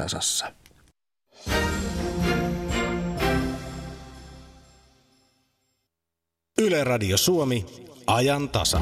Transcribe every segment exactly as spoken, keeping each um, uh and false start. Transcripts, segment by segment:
tasassa. Yle Radio Suomi, ajan tasa.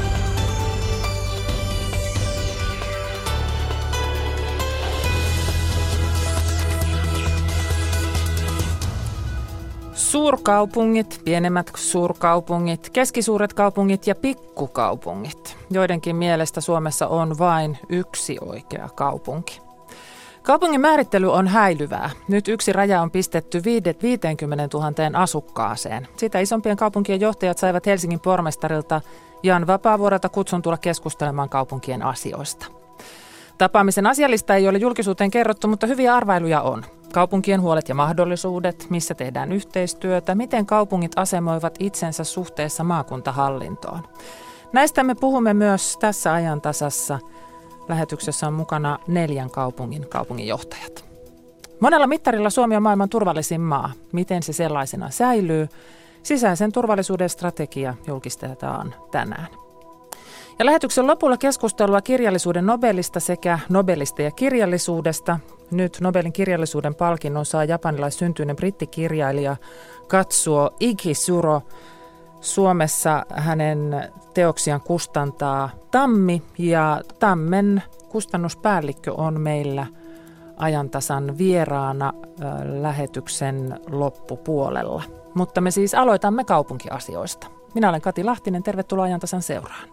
Suurkaupungit, pienemmät suurkaupungit, keskisuuret kaupungit ja pikkukaupungit. Joidenkin mielestä Suomessa on vain yksi oikea kaupunki. Kaupungin määrittely on häilyvää. Nyt yksi raja on pistetty viisikymmentätuhatta asukkaaseen. Sitä isompien kaupunkien johtajat saivat Helsingin pormestarilta Jan Vapaavuorelta kutsun tulla keskustelemaan kaupunkien asioista. Tapaamisen asiallista ei ole julkisuuteen kerrottu, mutta hyviä arvailuja on. Kaupunkien huolet ja mahdollisuudet, missä tehdään yhteistyötä, miten kaupungit asemoivat itsensä suhteessa maakuntahallintoon. Näistä me puhumme myös tässä ajantasassa. Lähetyksessä on mukana neljän kaupungin kaupunginjohtajat. Monella mittarilla Suomi on maailman turvallisin maa. Miten se sellaisena säilyy? Sisäisen turvallisuuden strategia julkistetaan tänään. Ja lähetyksen lopulla keskustelua kirjallisuuden Nobelista sekä Nobelista ja kirjallisuudesta. Nyt Nobelin kirjallisuuden palkinnon saa japanilaissyntyinen brittikirjailija Katsuo Ikisuro. Suomessa hänen teoksiaan kustantaa Tammi ja Tammen kustannuspäällikkö on meillä ajantasan vieraana lähetyksen loppupuolella. Mutta me siis aloitamme kaupunkiasioista. Minä olen Kati Lahtinen, tervetuloa ajantasan seuraan.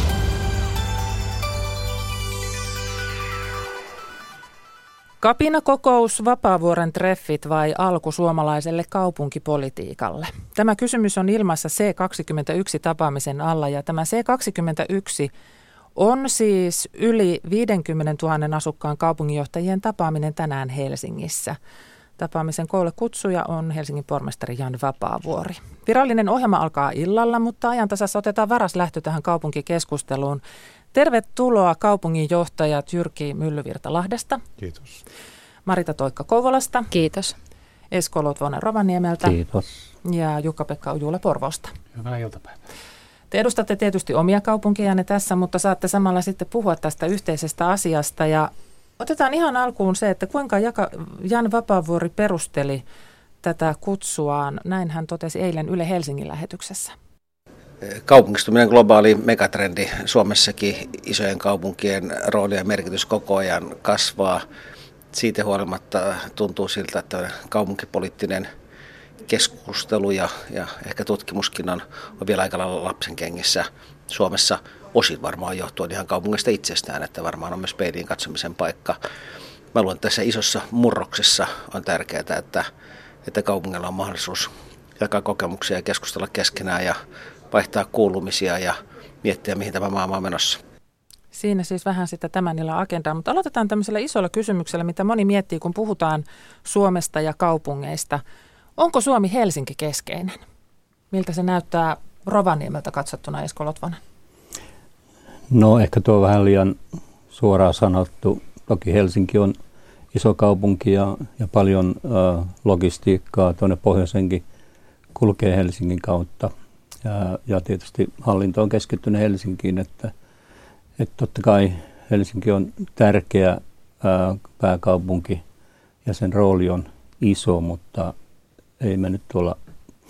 Kapinakokous, Vapaavuoren treffit vai alku suomalaiselle kaupunkipolitiikalle? Tämä kysymys on ilmassa C kaksikymmentäyksi-tapaamisen alla ja tämä C kaksikymmentäyksi on siis yli viisikymmentätuhatta asukkaan kaupunginjohtajien tapaaminen tänään Helsingissä. Tapaamisen koolle kutsuja on Helsingin pormestari Jan Vapaavuori. Virallinen ohjelma alkaa illalla, mutta ajantasassa otetaan varas lähtö tähän kaupunkikeskusteluun. Tervetuloa kaupunginjohtajat Jyrki Myllyvirta Lahdesta. Kiitos. Marita Toikka Kouvolasta. Kiitos. Esko Lotvonen Rovaniemeltä. Kiitos. Ja Jukka-Pekka Ujula Porvoosta. Hyvää iltapäivää. Te edustatte tietysti omia kaupunkejanne tässä, mutta saatte samalla sitten puhua tästä yhteisestä asiasta. Ja otetaan ihan alkuun se, että kuinka Jan Vapaavuori perusteli tätä kutsuaan. Näin hän totesi eilen Yle Helsingin lähetyksessä. Kaupungistuminen globaali megatrendi. Suomessakin isojen kaupunkien rooli ja merkitys koko ajan kasvaa. Siitä huolimatta tuntuu siltä, että kaupunkipoliittinen keskustelu ja, ja ehkä tutkimuskin on, on vielä aika lailla lapsen kengissä Suomessa. Osin varmaan johtuen ihan kaupungista itsestään, että varmaan on myös peiliin katsomisen paikka. Mä luulen, että tässä isossa murroksessa on tärkeää, että, että kaupungilla on mahdollisuus jakaa kokemuksia ja keskustella keskenään ja vaihtaa kuulumisia ja miettiä, mihin tämä maailma on menossa. Siinä siis vähän sitä tämän illan agendaa, mutta aloitetaan tämmöisellä isolla kysymyksellä, mitä moni miettii, kun puhutaan Suomesta ja kaupungeista. Onko Suomi Helsinki-keskeinen? Miltä se näyttää Rovaniemeltä katsottuna, Esko Lotvonen? No ehkä tuo vähän liian suoraan sanottu. Toki Helsinki on iso kaupunki ja, ja paljon äh, logistiikkaa tuonne pohjoisenkin kulkee Helsingin kautta. Ja, ja tietysti hallinto on keskittynyt Helsinkiin, että, että totta kai Helsinki on tärkeä ää, pääkaupunki ja sen rooli on iso, mutta ei me nyt tuolla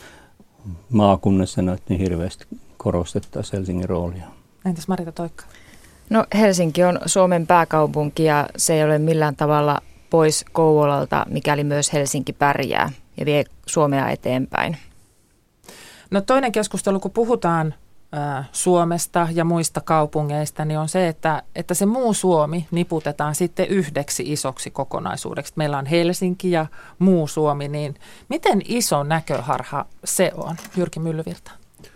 maakunnassa nyt niin hirveästi korostettaisi Helsingin roolia. Entäs Marita Toikka? No Helsinki on Suomen pääkaupunki ja se ei ole millään tavalla pois Kouvolalta, mikäli myös Helsinki pärjää ja vie Suomea eteenpäin. No toinen keskustelu, kun puhutaan ä, Suomesta ja muista kaupungeista, niin on se, että, että se muu Suomi niputetaan sitten yhdeksi isoksi kokonaisuudeksi. Meillä on Helsinki ja muu Suomi, niin miten iso näköharha se on, Jyrki Myllyvirta?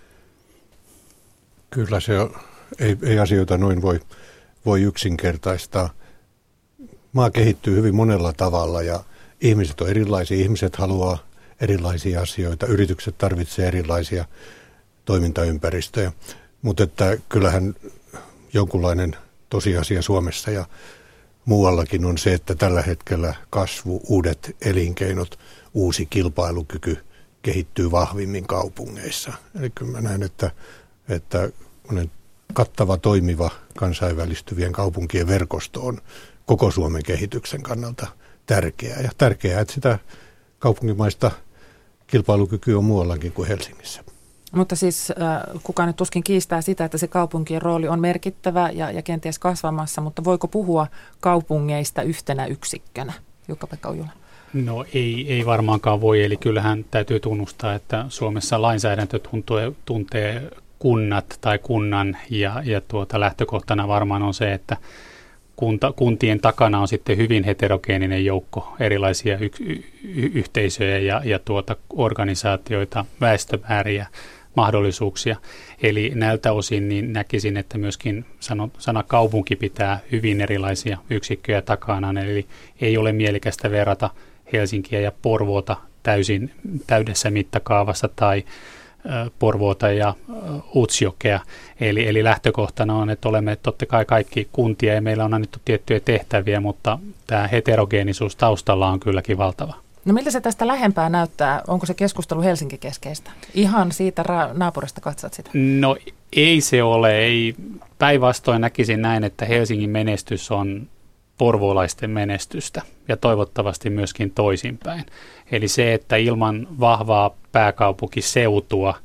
Kyllä se on, ei, ei asioita noin voi, voi yksinkertaistaa. Maa kehittyy hyvin monella tavalla ja ihmiset on erilaisia, ihmiset haluaa erilaisia asioita, yritykset tarvitsevat erilaisia toimintaympäristöjä, mutta että kyllähän jonkunlainen tosiasia Suomessa ja muuallakin on se, että tällä hetkellä kasvu, uudet elinkeinot, uusi kilpailukyky kehittyy vahvimmin kaupungeissa. Eli kyllä mä näen, että, että kattava, toimiva kansainvälistyvien kaupunkien verkosto on koko Suomen kehityksen kannalta tärkeää. Ja tärkeää, että sitä kaupunkimaista kilpailukykyä on muuallakin kuin Helsingissä. Mutta siis äh, kukaan nyt tuskin kiistää sitä, että se kaupunkien rooli on merkittävä ja, ja kenties kasvamassa, mutta voiko puhua kaupungeista yhtenä yksikkönä? Jukka-Pekka Ujula. No ei, ei varmaankaan voi, eli kyllähän täytyy tunnustaa, että Suomessa lainsäädäntö tuntee, tuntee kunnat tai kunnan ja, ja tuota, lähtökohtana varmaan on se, että kunta, kuntien takana on sitten hyvin heterogeeninen joukko erilaisia y, y, yhteisöjä ja, ja tuota, organisaatioita, väestömääriä, mahdollisuuksia. Eli näiltä osin niin näkisin, että myöskin sano, sana kaupunki pitää hyvin erilaisia yksikköjä takanaan, eli ei ole mielekästä verrata Helsinkiä ja Porvoota täysin täydessä mittakaavassa tai ä, Porvoota ja ä, Utsjokea. Eli, eli lähtökohtana on, että olemme totta kai kaikki kuntia ja meillä on annettu tiettyjä tehtäviä, mutta tämä heterogeenisuus taustalla on kylläkin valtava. No miltä se tästä lähempää näyttää? Onko se keskustelu Helsinki-keskeistä? Ihan siitä ra- naapurista katsot sitä. No ei se ole. Ei. Päinvastoin näkisin näin, että Helsingin menestys on porvoolaisten menestystä ja toivottavasti myöskin toisinpäin. Eli se, että ilman vahvaa pääkaupunkiseutua, äh,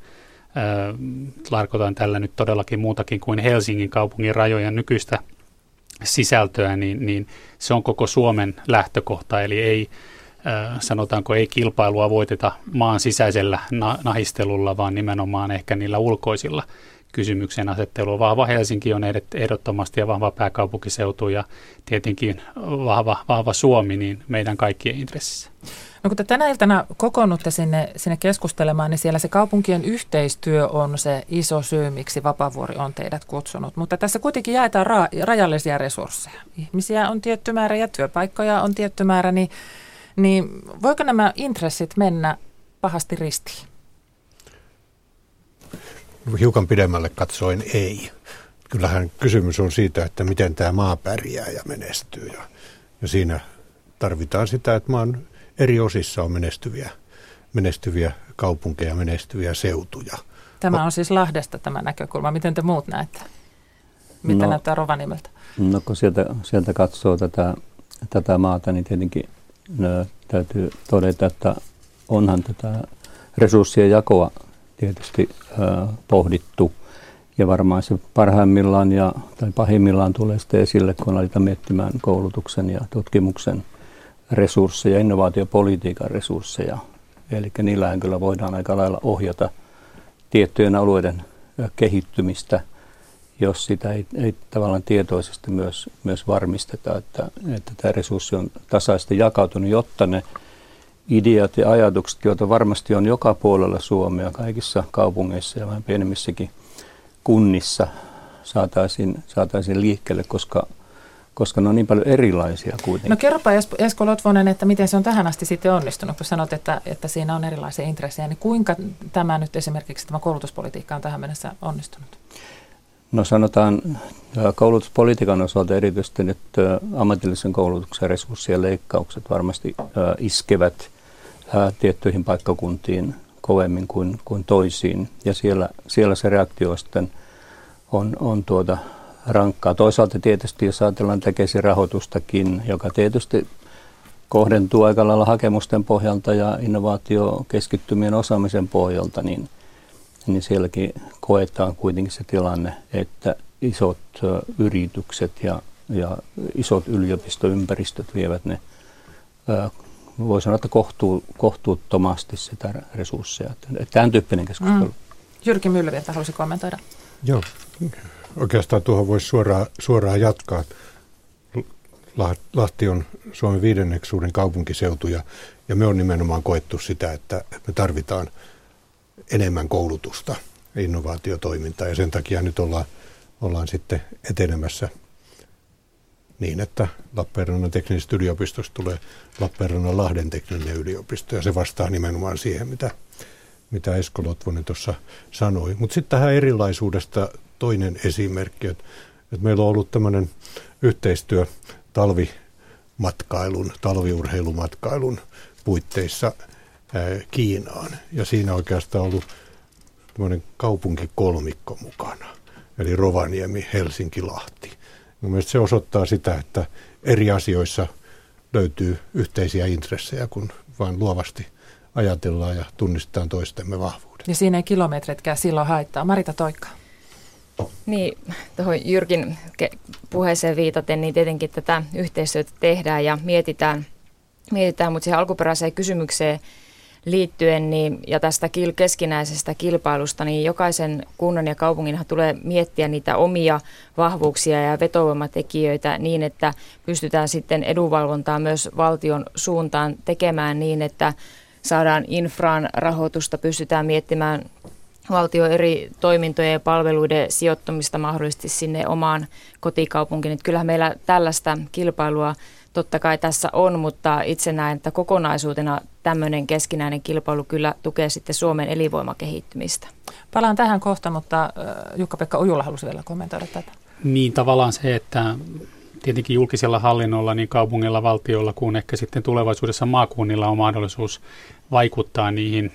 tarkoitan tällä nyt todellakin muutakin kuin Helsingin kaupungin rajojen nykyistä sisältöä, niin, niin se on koko Suomen lähtökohta, eli ei sanotaanko ei kilpailua voiteta maan sisäisellä nahistelulla, vaan nimenomaan ehkä niillä ulkoisilla kysymyksen asettelulla. Vahva Helsinki on ehdottomasti ja vahva pääkaupunkiseutu ja tietenkin vahva, vahva Suomi niin meidän kaikkien intressissä. No kun te tänä iltana kokoonnutte sinne, sinne keskustelemaan, niin siellä se kaupunkien yhteistyö on se iso syy, miksi Vapaavuori on teidät kutsunut. Mutta tässä kuitenkin jaetaan ra- rajallisia resursseja. Ihmisiä on tietty määrä ja työpaikkoja on tietty määrä, niin Niin voiko nämä intressit mennä pahasti ristiin? Hiukan pidemmälle katsoen ei. Kyllähän kysymys on siitä, että miten tämä maa pärjää ja menestyy. Ja, ja siinä tarvitaan sitä, että maan eri osissa on menestyviä, menestyviä kaupunkeja, menestyviä seutuja. Tämä on siis Lahdesta tämä näkökulma. Miten te muut näette? Mitä no, näyttää Rovaniemeltä? No kun sieltä, sieltä katsoo tätä, tätä maata, niin tietenkin no, täytyy todeta, että onhan tätä resurssien jakoa tietysti äh, pohdittu ja varmaan se parhaimmillaan ja, tai pahimmillaan tulee sitten esille, kun aletaan miettimään koulutuksen ja tutkimuksen resursseja, innovaatiopolitiikan resursseja. Eli niillähän kyllä voidaan aika lailla ohjata tiettyjen alueiden kehittymistä, jos sitä ei, ei tavallaan tietoisesti myös, myös varmisteta, että, että tämä resurssi on tasaisesti jakautunut, jotta ne ideat ja ajatukset, joita varmasti on joka puolella Suomea, kaikissa kaupungeissa ja vähän pienemmissäkin kunnissa, saataisiin, saataisiin liikkeelle, koska, koska ne on niin paljon erilaisia kuitenkin. No kerropa Esko Lotvonen, että miten se on tähän asti sitten onnistunut, kun sanot, että, että siinä on erilaisia intressejä, niin kuinka tämä nyt esimerkiksi tämä koulutuspolitiikka on tähän mennessä onnistunut? No sanotaan koulutuspolitiikan osalta erityisesti nyt ammatillisen koulutuksen resurssien leikkaukset varmasti iskevät tiettyihin paikkakuntiin kovemmin kuin, kuin toisiin. Ja siellä, siellä se reaktio sitten on, on tuota rankkaa. Toisaalta tietysti, jos ajatellaan Tekesin rahoitustakin, joka tietysti kohdentuu aika lailla hakemusten pohjalta ja innovaatiokeskittymien osaamisen pohjalta, niin niin sielläkin koetaan kuitenkin se tilanne, että isot yritykset ja, ja isot yliopistoympäristöt vievät ne, voi sanoa, että kohtuu, kohtuuttomasti sitä resursseja. Tämän tyyppinen keskustelu. Mm. Jyrki Myllyvirta halusi kommentoida. Joo, oikeastaan tuohon voisi suoraan, suoraan jatkaa. Lahti on Suomen viidenneksi suurin kaupunkiseutu ja, ja me on nimenomaan koettu sitä, että me tarvitaan enemmän koulutusta, innovaatiotoimintaa ja sen takia nyt ollaan, ollaan sitten etenemässä niin, että Lappeenrannan teknillisestä yliopistosta tulee Lappeenrannan Lahden teknillinen yliopisto ja se vastaa nimenomaan siihen, mitä, mitä Esko Lotvonen tuossa sanoi. Mutta sitten tähän erilaisuudesta toinen esimerkki, että, että meillä on ollut tämmöinen yhteistyö talvimatkailun, talviurheilumatkailun puitteissa Kiinaan. Ja siinä oikeastaan ollut tämmöinen kaupunkikolmikko mukana, eli Rovaniemi, Helsinki, Lahti. Mielestäni se osoittaa sitä, että eri asioissa löytyy yhteisiä intressejä, kun vaan luovasti ajatellaan ja tunnistetaan toistemme vahvuudet. Ja siinä ei kilometritkään silloin haittaa. Marita Toikka. Niin, tuohon Jyrkin puheeseen viitaten, niin tietenkin tätä yhteistyötä tehdään ja mietitään, mietitään mutta siihen alkuperäiseen kysymykseen liittyen niin, ja tästä keskinäisestä kilpailusta, niin jokaisen kunnan ja kaupunginhan tulee miettiä niitä omia vahvuuksia ja vetovoimatekijöitä niin, että pystytään sitten edunvalvontaa myös valtion suuntaan tekemään niin, että saadaan infraan rahoitusta, pystytään miettimään valtion eri toimintojen ja palveluiden sijoittamista mahdollisesti sinne omaan kotikaupunkiin. Että kyllähän meillä tällaista kilpailua totta kai tässä on, mutta itse näen, että kokonaisuutena tämmöinen keskinäinen kilpailu kyllä tukee sitten Suomen elinvoimakehittymistä. Palaan tähän kohta, mutta Jukka-Pekka Ojula halusi vielä kommentoida tätä. Niin tavallaan se, että tietenkin julkisella hallinnolla, niin kaupungilla, valtiolla kuin ehkä sitten tulevaisuudessa maakunnilla on mahdollisuus vaikuttaa niihin,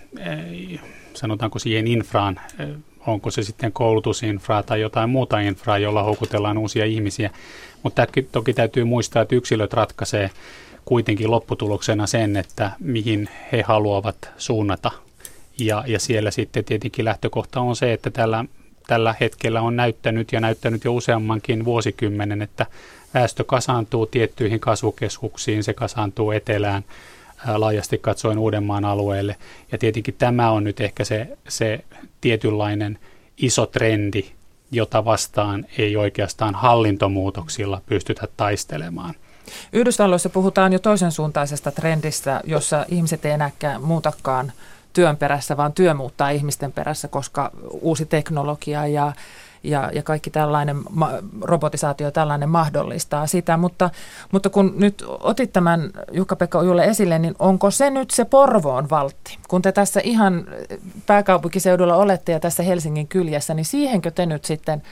sanotaanko siihen infraan, onko se sitten koulutusinfraa tai jotain muuta infraa, jolla houkutellaan uusia ihmisiä. Mutta toki täytyy muistaa, että yksilöt ratkaisee kuitenkin lopputuloksena sen, että mihin he haluavat suunnata. Ja, ja siellä sitten tietenkin lähtökohta on se, että tällä, tällä hetkellä on näyttänyt ja näyttänyt jo useammankin vuosikymmenen, että väestö kasaantuu tiettyihin kasvukeskuksiin, se kasaantuu etelään, laajasti katsoen Uudenmaan alueelle. Ja tietenkin tämä on nyt ehkä se, se tietynlainen iso trendi, jota vastaan ei oikeastaan hallintomuutoksilla pystytä taistelemaan. Yhdysvalloissa puhutaan jo toisen suuntaisesta trendistä, jossa ihmiset ei enääkään muutakaan työn perässä, vaan työ muuttaa ihmisten perässä, koska uusi teknologia ja Ja, ja kaikki tällainen robotisaatio tällainen mahdollistaa sitä, mutta, mutta kun nyt otit tämän Jukka-Pekka Ojulle esille, niin onko se nyt se Porvoon valtti? Kun te tässä ihan pääkaupunkiseudulla olette ja tässä Helsingin kyljessä, niin siihenkö te nyt sitten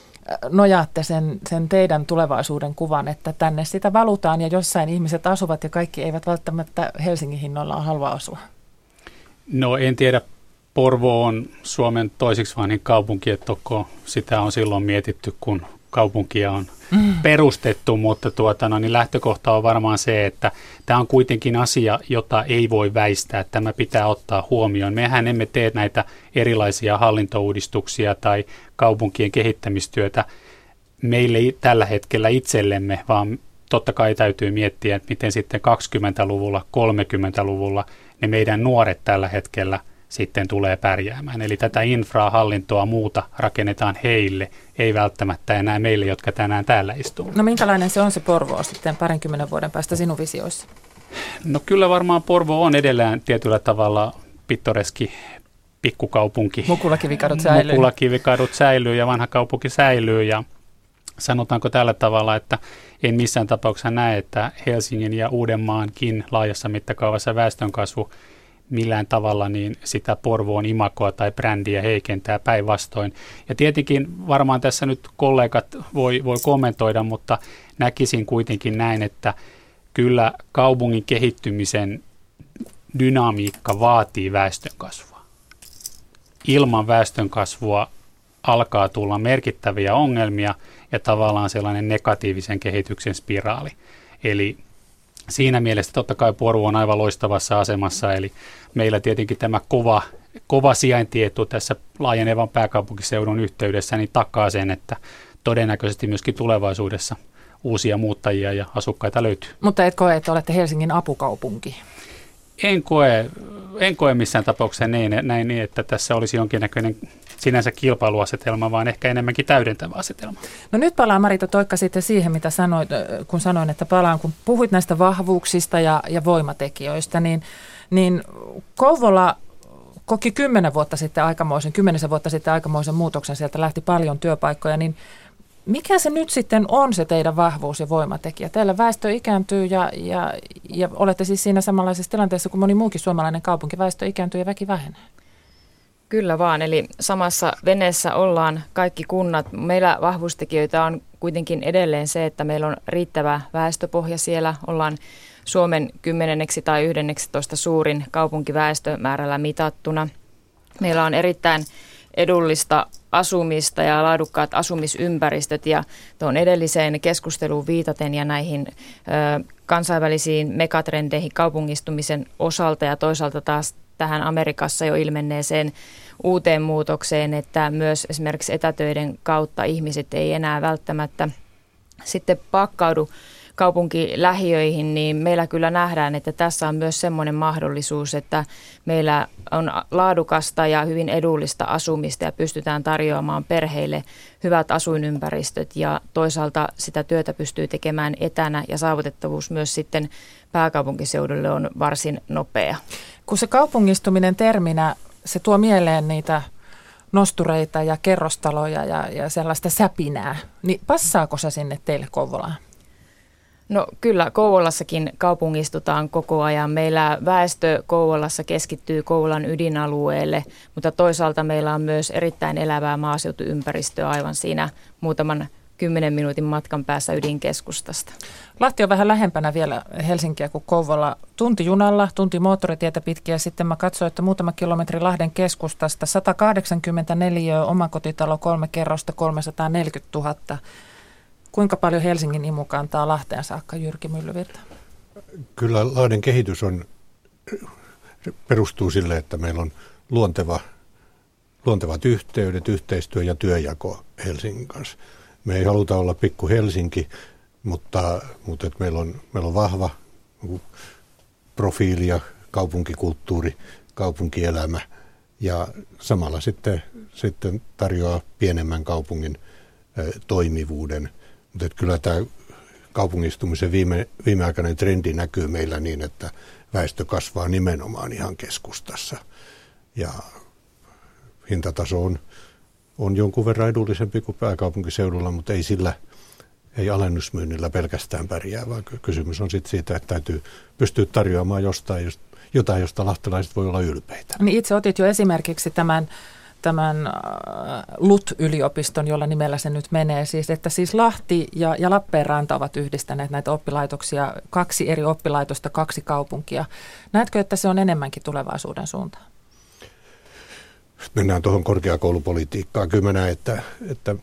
nojaatte sen, sen teidän tulevaisuuden kuvan, että tänne sitä valutaan ja jossain ihmiset asuvat ja kaikki eivät välttämättä Helsingin hinnoilla halua asua? No en tiedä. Porvoo on Suomen toiseksi vanhin kaupunki, että toko sitä on silloin mietitty, kun kaupunkia on mm. perustettu, mutta tuota, no, niin lähtökohta on varmaan se, että tämä on kuitenkin asia, jota ei voi väistää. Tämä pitää ottaa huomioon. Mehän emme tee näitä erilaisia hallintouudistuksia tai kaupunkien kehittämistyötä meille tällä hetkellä itsellemme, vaan totta kai täytyy miettiä, että miten sitten kaksikymmentäluvulla, kolmekymmentäluvulla ne meidän nuoret tällä hetkellä sitten tulee pärjäämään. Eli tätä infraa, hallintoa, muuta rakennetaan heille, ei välttämättä enää meille, jotka tänään täällä istuu. No minkälainen se on se Porvoo sitten parinkymmenen vuoden päästä sinun visioissa? No kyllä varmaan Porvoo on edelleen tietyllä tavalla pittoreski pikkukaupunki. Mukulakivikadut säilyy. Mukulakivikadut säilyy ja vanha kaupunki säilyy ja sanotaanko tällä tavalla, että en missään tapauksessa näe, että Helsingin ja Uudenmaankin laajassa mittakaavassa väestönkasvu millään tavalla niin sitä Porvoon imagoa tai brändiä heikentää päinvastoin. Ja tietenkin varmaan tässä nyt kollegat voi, voi kommentoida, mutta näkisin kuitenkin näin, että kyllä kaupungin kehittymisen dynamiikka vaatii väestönkasvua. Ilman väestönkasvua alkaa tulla merkittäviä ongelmia ja tavallaan sellainen negatiivisen kehityksen spiraali. Eli siinä mielessä totta kai Porvoo on aivan loistavassa asemassa, eli meillä tietenkin tämä kova, kova sijaintietu tässä laajenevan pääkaupunkiseudun yhteydessä niin takaa sen, että todennäköisesti myöskin tulevaisuudessa uusia muuttajia ja asukkaita löytyy. Mutta et koe, että olette Helsingin apukaupunki? En koe, en koe missään tapauksessa niin, näin niin, että tässä olisi jonkinnäköinen sinänsä kilpailuasetelma, vaan ehkä enemmänkin täydentävä asetelma. No nyt palaan Marita Toikka sitten siihen, mitä sanoit, kun sanoin, että palaan, kun puhuit näistä vahvuuksista ja, ja voimatekijöistä, niin, niin Kouvola koki kymmenen vuotta sitten aikamoisen, kymmenisen vuotta sitten aikamoisen muutoksen, sieltä lähti paljon työpaikkoja, niin mikä se nyt sitten on se teidän vahvuus ja voimatekijä? Teillä väestö ikääntyy ja, ja, ja olette siis siinä samanlaisessa tilanteessa kuin moni muukin suomalainen kaupunki. Väestö ikääntyy ja väki vähenee. Kyllä vaan, eli samassa veneessä ollaan kaikki kunnat. Meillä vahvuustekijöitä on kuitenkin edelleen se, että meillä on riittävä väestöpohja siellä. Ollaan Suomen kymmenenneksi tai yhdenneksitoista suurin kaupunki väestömäärällä mitattuna. Meillä on erittäin edullista asumista ja laadukkaat asumisympäristöt. Ja tuon edelliseen keskusteluun viitaten ja näihin ö, kansainvälisiin megatrendeihin kaupungistumisen osalta ja toisaalta taas tähän Amerikassa jo ilmenneeseen uuteen muutokseen, että myös esimerkiksi etätöiden kautta ihmiset ei enää välttämättä sitten pakkaudu kaupunkilähiöihin, niin meillä kyllä nähdään, että tässä on myös semmoinen mahdollisuus, että meillä on laadukasta ja hyvin edullista asumista ja pystytään tarjoamaan perheille hyvät asuinympäristöt ja toisaalta sitä työtä pystyy tekemään etänä ja saavutettavuus myös sitten pääkaupunkiseudulle on varsin nopea. Kun se kaupungistuminen terminä, se tuo mieleen niitä nostureita ja kerrostaloja ja, ja sellaista säpinää, niin passaako se sinne teille Kouvolaan? No kyllä, Kouvolassakin kaupungistutaan koko ajan. Meillä väestö Kouvolassa keskittyy Kouvolan ydinalueelle, mutta toisaalta meillä on myös erittäin elävää maaseutuympäristöä aivan siinä muutaman kymmenen minuutin matkan päässä ydinkeskustasta. Lahti on vähän lähempänä vielä Helsinkiä kuin Kouvola. Tunti junalla, tunti moottoritietä pitkin ja sitten mä katsoin, että muutama kilometri Lahden keskustasta, sata kahdeksankymmentäneljä omakotitalo, kolme kerrosta, kolmesataaneljäkymmentätuhatta. Kuinka paljon Helsingin imu kantaa Lahteen saakka, Jyrki Myllyvirta? Kyllä Lahden kehitys on, perustuu sille, että meillä on luonteva, luontevat yhteydet, yhteistyö ja työjako Helsingin kanssa. Me ei haluta olla pikku Helsinki, mutta, mutta että meillä, on, meillä on vahva profiili ja kaupunkikulttuuri, kaupunkielämä ja samalla sitten, sitten tarjoaa pienemmän kaupungin ö, toimivuuden. Mutta että kyllä tämä kaupungistumisen viime, viimeaikainen trendi näkyy meillä niin, että väestö kasvaa nimenomaan ihan keskustassa ja hintataso on on jonkun verran edullisempi kuin pääkaupunkiseudulla, mutta ei sillä, ei alennusmyynnillä pelkästään pärjää, vaan kysymys on sitten siitä, että täytyy pystyä tarjoamaan jostain, jotain, josta lahtelaiset voi olla ylpeitä. Niin itse otit jo esimerkiksi tämän, tämän L U T-yliopiston, jolla nimellä se nyt menee, siis että siis Lahti ja, ja Lappeenranta ovat yhdistäneet näitä oppilaitoksia, kaksi eri oppilaitosta, kaksi kaupunkia. Näetkö, että se on enemmänkin tulevaisuuden suuntaan? Mennään tuohon korkeakoulupolitiikkaan. Kyllä mä näen, että, että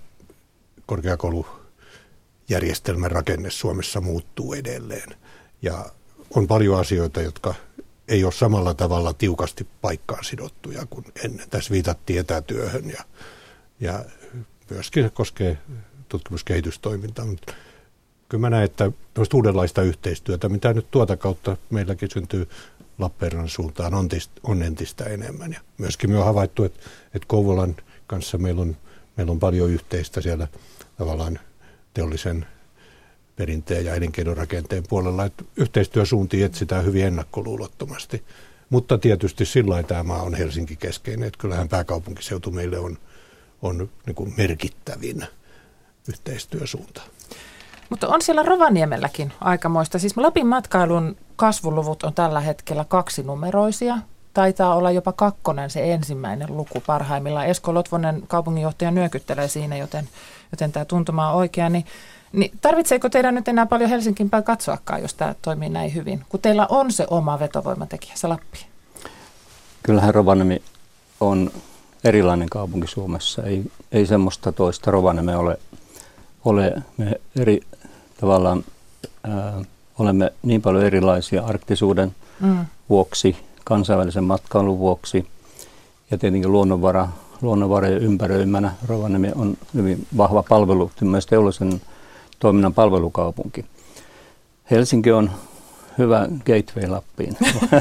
korkeakoulujärjestelmän rakenne Suomessa muuttuu edelleen. Ja on paljon asioita, jotka ei ole samalla tavalla tiukasti paikkaan sidottuja kuin ennen. Tässä viitattiin etätyöhön ja, ja myöskin se koskee tutkimuskehitystoimintaa. Mutta kyllä mä näen, että uudenlaista yhteistyötä, mitä nyt tuota kautta meilläkin syntyy Lappeenrannan suuntaan on, tist, on entistä enemmän. Ja myöskin me on havaittu, että, että Kouvolan kanssa meillä on, meillä on paljon yhteistä siellä tavallaan teollisen perinteen ja elinkeinorakenteen puolella, että yhteistyösuuntiin etsitään hyvin ennakkoluulottomasti. Mutta tietysti sillä tämä maa on Helsinki-keskeinen, että kyllähän pääkaupunkiseutu meille on, on niin kuin merkittävin yhteistyösuunta. Mutta on siellä Rovaniemelläkin aikamoista. Siis Lapin matkailun kasvuluvut on tällä hetkellä kaksinumeroisia. Taitaa olla jopa kakkonen se ensimmäinen luku parhaimmillaan. Esko Lotvonen kaupunginjohtaja nyökyttelee siinä, joten, joten tämä tuntuma on oikea. Niin, niin tarvitseeko teidän nyt enää paljon Helsinkiin päin katsoakaan, jos tämä toimii näin hyvin? Kun teillä on se oma vetovoimatekijä, se Lappi. Kyllähän Rovaniemi on erilainen kaupunki Suomessa. Ei, ei semmoista toista Rovaniemeä ole. ole me eri tavallaan ää, olemme niin paljon erilaisia arktisuuden mm. vuoksi, kansainvälisen matkailun vuoksi ja tietenkin luonnonvara, luonnonvarojen ympäröimänä Rovaniemi on hyvin vahva palvelu, myös teollisen toiminnan palvelukaupunki. Helsinki on hyvä gateway Lappiin.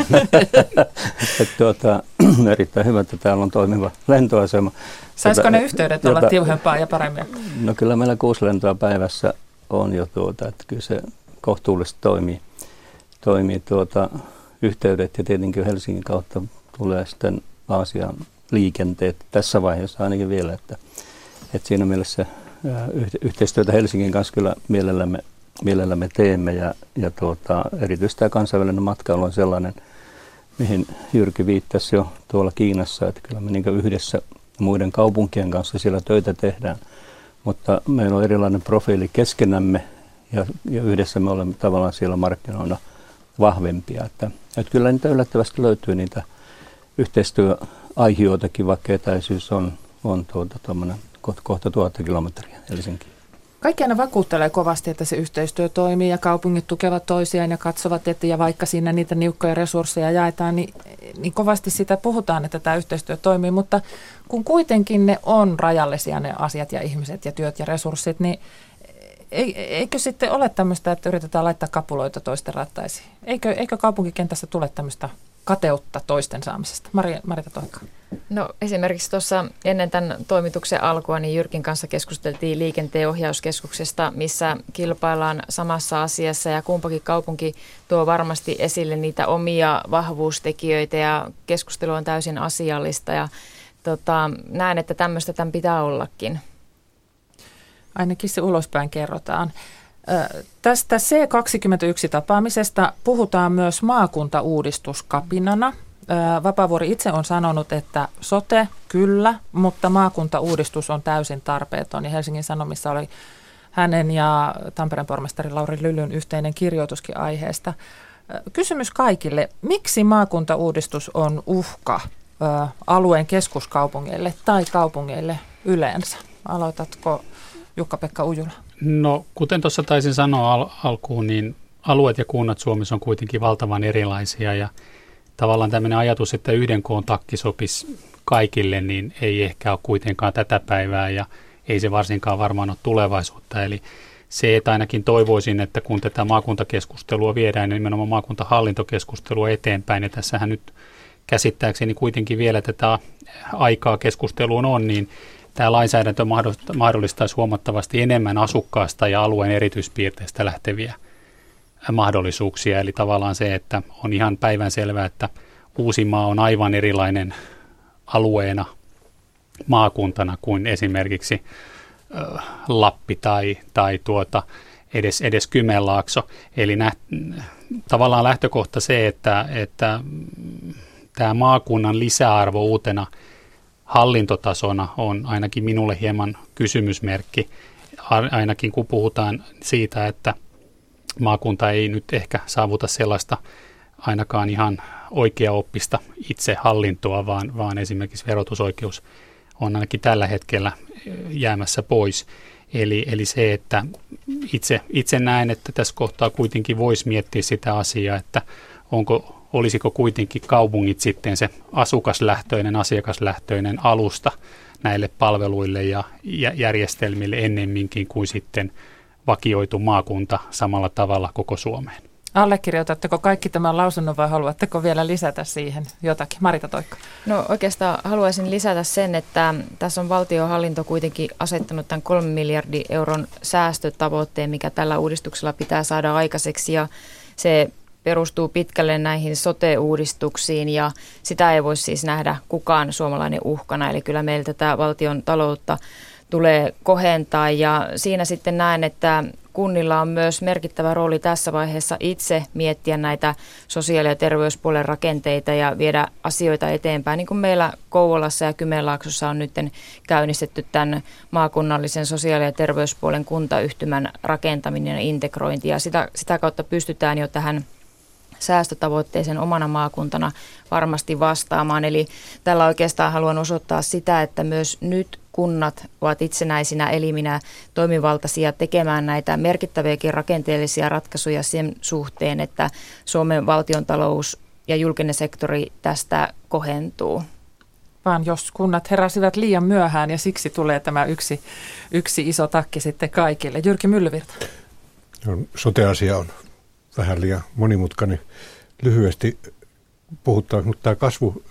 Et tuota, erittäin hyvä, että täällä on toimiva lentoasema. Saisiko jota, ne yhteydet jota, olla tiuhempaa ja paremmin? No kyllä meillä kuusi lentoa päivässä on jo tuota, että kyllä se kohtuullisesti toimii, toimii tuota, yhteydet ja tietenkin Helsingin kautta tulee sitten Aasian liikenteet tässä vaiheessa ainakin vielä, että, että siinä mielessä ää, yhteistyötä Helsingin kanssa kyllä mielellämme, mielellämme teemme ja, ja tuota, erityisesti tämä kansainvälinen matkailu on sellainen, mihin Jyrki viittasi jo tuolla Kiinassa, että kyllä me niin yhdessä muiden kaupunkien kanssa siellä töitä tehdään, mutta meillä on erilainen profiili keskenämme ja, ja yhdessä me olemme tavallaan siellä markkinoina vahvempia. Että, että kyllä niitä yllättävästi löytyy niitä yhteistyöaihioitakin, vaikka etäisyys on, on tuota, kohta tuhatta kilometriä Helsinkiin. Kaikki aina vakuuttelee kovasti, että se yhteistyö toimii ja kaupungit tukevat toisiaan ja katsovat, että ja vaikka siinä niitä niukkoja resursseja jaetaan, niin, niin kovasti sitä puhutaan, että tämä yhteistyö toimii. Mutta kun kuitenkin ne on rajallisia ne asiat ja ihmiset ja työt ja resurssit, niin eikö sitten ole tämmöistä, että yritetään laittaa kapuloita toisten rattaisiin? Eikö, eikö kaupunkikentässä tule tämmöistä kateutta toisten saamisesta? Mari, Marita Toikka. No esimerkiksi tuossa ennen tämän toimituksen alkua niin Jyrkin kanssa keskusteltiin liikenteen ohjauskeskuksesta, missä kilpaillaan samassa asiassa ja kumpakin kaupunki tuo varmasti esille niitä omia vahvuustekijöitä ja keskustelu on täysin asiallista ja tota, näen, että tämmöistä tämän pitää ollakin. Ainakin se ulospäin kerrotaan. Tästä C kaksikymmentäyksi-tapaamisesta puhutaan myös maakuntauudistuskapinana. Vapaavuori itse on sanonut, että sote kyllä, mutta maakuntauudistus on täysin tarpeeton. Ja Helsingin Sanomissa oli hänen ja Tampereen pormestari Lauri Lylyn yhteinen kirjoituskin aiheesta. Kysymys kaikille, miksi maakuntauudistus on uhka alueen keskuskaupungeille tai kaupungeille yleensä? Aloitatko Jukka-Pekka Ujula? No, kuten tuossa taisin sanoa al- alkuun, niin alueet ja kunnat Suomessa on kuitenkin valtavan erilaisia ja tavallaan tämmöinen ajatus, että yhden koon takki sopisi kaikille, niin ei ehkä ole kuitenkaan tätä päivää ja ei se varsinkaan varmaan ole tulevaisuutta. Eli se, että ainakin toivoisin, että kun tätä maakuntakeskustelua viedään, niin nimenomaan maakuntahallintokeskustelua eteenpäin, ja tässähän nyt käsittääkseni kuitenkin vielä tätä aikaa keskusteluun on, niin tämä lainsäädäntö mahdollistaisi huomattavasti enemmän asukkaasta ja alueen erityispiirteistä lähteviä mahdollisuuksia. Eli tavallaan se, että on ihan päivänselvää, että Uusimaa on aivan erilainen alueena, maakuntana kuin esimerkiksi äh, Lappi tai, tai tuota, edes, edes Kymenlaakso. Eli nä, tavallaan lähtökohta se, että, että tämä maakunnan lisäarvo uutena hallintotasona on ainakin minulle hieman kysymysmerkki, ainakin kun puhutaan siitä, että maakunta ei nyt ehkä saavuta sellaista ainakaan ihan oikeaoppista itsehallintoa, vaan, vaan esimerkiksi verotusoikeus on ainakin tällä hetkellä jäämässä pois. Eli, eli se, että itse, itse näen, että tässä kohtaa kuitenkin voisi miettiä sitä asiaa, että onko olisiko kuitenkin kaupungit sitten se asukaslähtöinen, asiakaslähtöinen alusta näille palveluille ja järjestelmille ennemminkin kuin sitten vakioitu maakunta samalla tavalla koko Suomeen. Allekirjoitatteko kaikki tämän lausunnon vai haluatteko vielä lisätä siihen jotakin? Marita Toikka. No oikeastaan haluaisin lisätä sen, että tässä on valtionhallinto kuitenkin asettanut tämän kolmen miljardin euron säästötavoitteen, mikä tällä uudistuksella pitää saada aikaiseksi ja se perustuu pitkälle näihin sote-uudistuksiin ja sitä ei voi siis nähdä kukaan suomalainen uhkana. Eli kyllä meillä tätä valtion taloutta tulee kohentaa ja siinä sitten näen, että kunnilla on myös merkittävä rooli tässä vaiheessa itse miettiä näitä sosiaali- ja terveyspuolen rakenteita ja viedä asioita eteenpäin. Niin kuin meillä Kouvolassa ja Kymenlaaksossa on nyt käynnistetty tämän maakunnallisen sosiaali- ja terveyspuolen kuntayhtymän rakentaminen ja integrointi ja sitä, sitä kautta pystytään jo tähän säästötavoitteeseen omana maakuntana varmasti vastaamaan. Eli tällä oikeastaan haluan osoittaa sitä, että myös nyt kunnat ovat itsenäisinä eliminä toimivaltaisia tekemään näitä merkittäviäkin rakenteellisia ratkaisuja sen suhteen, että Suomen valtiontalous ja julkinen sektori tästä kohentuu. Vaan jos kunnat heräsivät liian myöhään ja siksi tulee tämä yksi, yksi iso takki sitten kaikille. Jyrki Myllyvirta. No, sote-asia on vähän liian monimutkainen. Lyhyesti puhutaan, mutta tämä kasvu,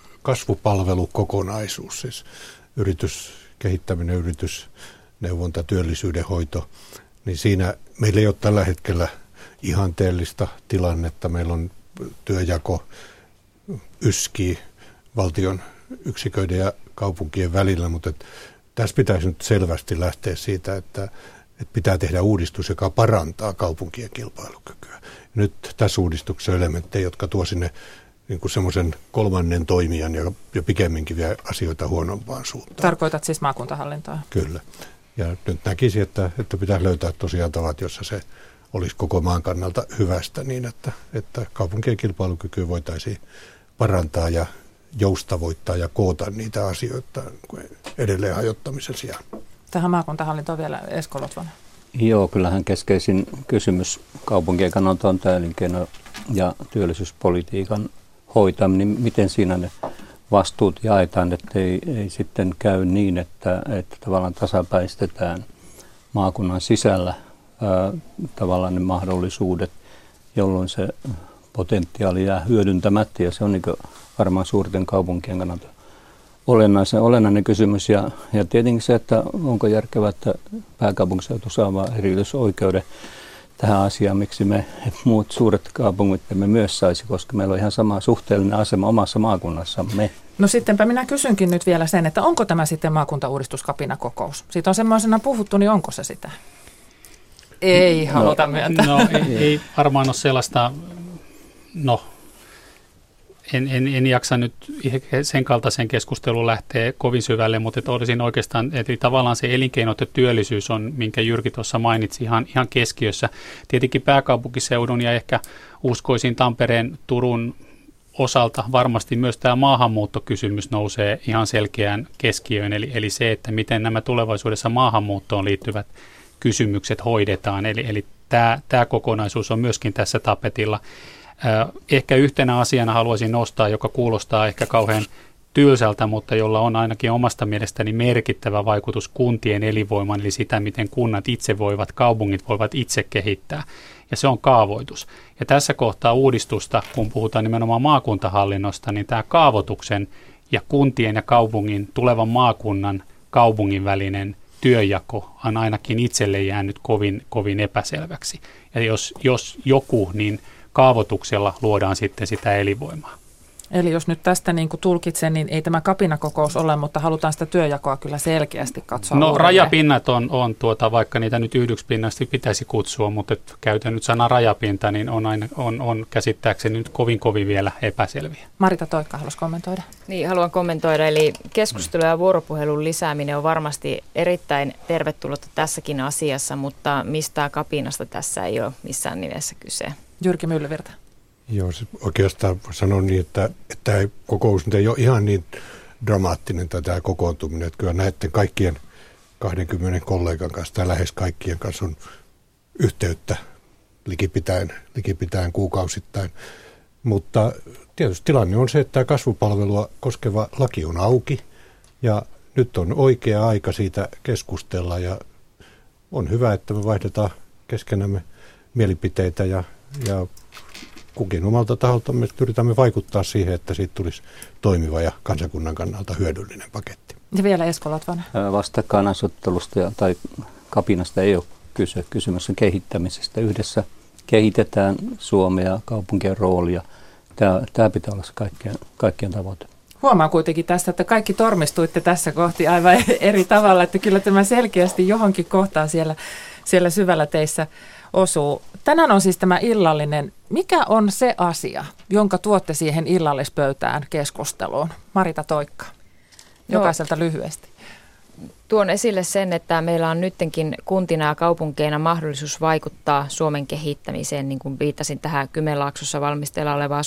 kasvupalvelukokonaisuus, siis yrityskehittäminen, yritysneuvonta, työllisyyden hoito, niin siinä meillä ei ole tällä hetkellä ihanteellista tilannetta. Meillä on työnjako yskii valtion yksiköiden ja kaupunkien välillä, mutta tässä pitäisi nyt selvästi lähteä siitä, että, että pitää tehdä uudistus, joka parantaa kaupunkien kilpailukykyä. Nyt tässä uudistuksessa on elementtejä, jotka tuo sinne niin kuin semmoisen kolmannen toimijan ja, ja pikemminkin vie asioita huonompaan suuntaan. Tarkoitat siis maakuntahallintoa? Kyllä. Ja nyt näkisin, että, että pitää löytää tosiaan tavat, jossa se olisi koko maan kannalta hyvästä niin, että, että kaupunkien kilpailukykyä voitaisiin parantaa ja joustavoittaa ja koota niitä asioita edelleen hajottamisen sijaan. Tähän maakuntahallintoon vielä Esko Lotvonen. Joo, kyllähän keskeisin kysymys kaupunkien kannalta on tämä elinkeino- ja työllisyyspolitiikan hoitaminen. Miten siinä ne vastuut jaetaan, että ei, ei sitten käy niin, että, että tavallaan tasapäistetään maakunnan sisällä ää, tavallaan ne mahdollisuudet, jolloin se potentiaali jää hyödyntämättä, ja se on niin varmaan suurten kaupunkien kannalta olennainen, olennainen kysymys. Ja, ja tietenkin se, että onko järkevää, että pääkaupunkiseutu saa erityisoikeuden tähän asiaan, miksi me muut suuret kaupungit emme myös saisi, koska meillä on ihan sama suhteellinen asema omassa maakunnassamme. No sittenpä minä kysynkin nyt vielä sen, että onko tämä sitten maakuntauudistuskapinakokous? Siitä on semmoisena puhuttu, niin onko se sitä? Ei no, haluta myöntää. No ei, ei varmaan ole sellaista, no en, en, en jaksa nyt sen kaltaisen keskusteluun lähteä kovin syvälle, mutta että olisin oikeastaan, että tavallaan se elinkeinot ja työllisyys on, minkä Jyrki tuossa mainitsi, ihan, ihan keskiössä. Tietenkin pääkaupunkiseudun ja ehkä uskoisin Tampereen, Turun osalta varmasti myös tämä maahanmuuttokysymys nousee ihan selkeään keskiöön, eli, eli se, että miten nämä tulevaisuudessa maahanmuuttoon liittyvät kysymykset hoidetaan, eli, eli tämä, tämä kokonaisuus on myöskin tässä tapetilla. Ehkä yhtenä asiana haluaisin nostaa, joka kuulostaa ehkä kauhean tylsältä, mutta jolla on ainakin omasta mielestäni merkittävä vaikutus kuntien elinvoimaan, eli sitä, miten kunnat itse voivat, kaupungit voivat itse kehittää, ja se on kaavoitus. Ja tässä kohtaa uudistusta, kun puhutaan nimenomaan maakuntahallinnosta, niin tämä kaavoituksen ja kuntien ja kaupungin, tulevan maakunnan, kaupungin välinen työnjako on ainakin itselle jäänyt kovin, kovin epäselväksi. Ja jos, jos joku, niin kaavoituksella luodaan sitten sitä elinvoimaa. Eli jos nyt tästä niin kuin tulkitsen, niin ei tämä kapinakokous ole, mutta halutaan sitä työnjakoa kyllä selkeästi katsoa. No uudelleen. Rajapinnat on, on tuota, vaikka niitä nyt yhdyksi pinnasti pitäisi kutsua, mutta et käytän nyt sana rajapinta, niin on, aina, on, on käsittääkseni nyt kovin kovin vielä epäselviä. Marita Toikka, haluaisi kommentoida? Niin, haluan kommentoida. Eli keskustelu ja vuoropuhelun lisääminen on varmasti erittäin tervetullutta tässäkin asiassa, mutta mistään kapinasta tässä ei ole missään nimessä kyse. Jyrki Myllyvirta. Joo, se oikeastaan sanon niin, että, että tämä kokous nyt ei ole ihan niin dramaattinen tämä kokoontuminen, että kyllä näiden kaikkien kaksikymmentä kollegan kanssa tai lähes kaikkien kanssa on yhteyttä likipitäen, likipitäen kuukausittain. Mutta tietysti tilanne on se, että tämä kasvupalvelua koskeva laki on auki ja nyt on oikea aika siitä keskustella ja on hyvä, että me vaihdetaan keskenämme mielipiteitä ja, ja kukin omalta taholta me yritämme vaikuttaa siihen, että siitä tulisi toimiva ja kansakunnan kannalta hyödyllinen paketti. Ja vielä Esko Lotvonen. Vastakkainasettelusta tai kapinasta ei ole kyse. Kysymys on kehittämisestä. Yhdessä kehitetään Suomea, kaupunkien roolia. Tämä, tämä pitää olla se kaikkien, kaikkien tavoite. Huomaa kuitenkin tässä, että kaikki tormistuitte tässä kohti aivan eri tavalla, että kyllä tämä selkeästi johonkin kohtaan siellä, siellä syvällä teissä osuu. Tänään on siis tämä illallinen. Mikä on se asia, jonka tuotte siihen illallispöytään keskusteluun? Marita Toikka, jokaiselta no, lyhyesti. Tuon esille sen, että meillä on nyttenkin kuntina ja kaupunkeina mahdollisuus vaikuttaa Suomen kehittämiseen, niin kuin viittasin tähän Kymenlaaksossa valmisteilla olevaan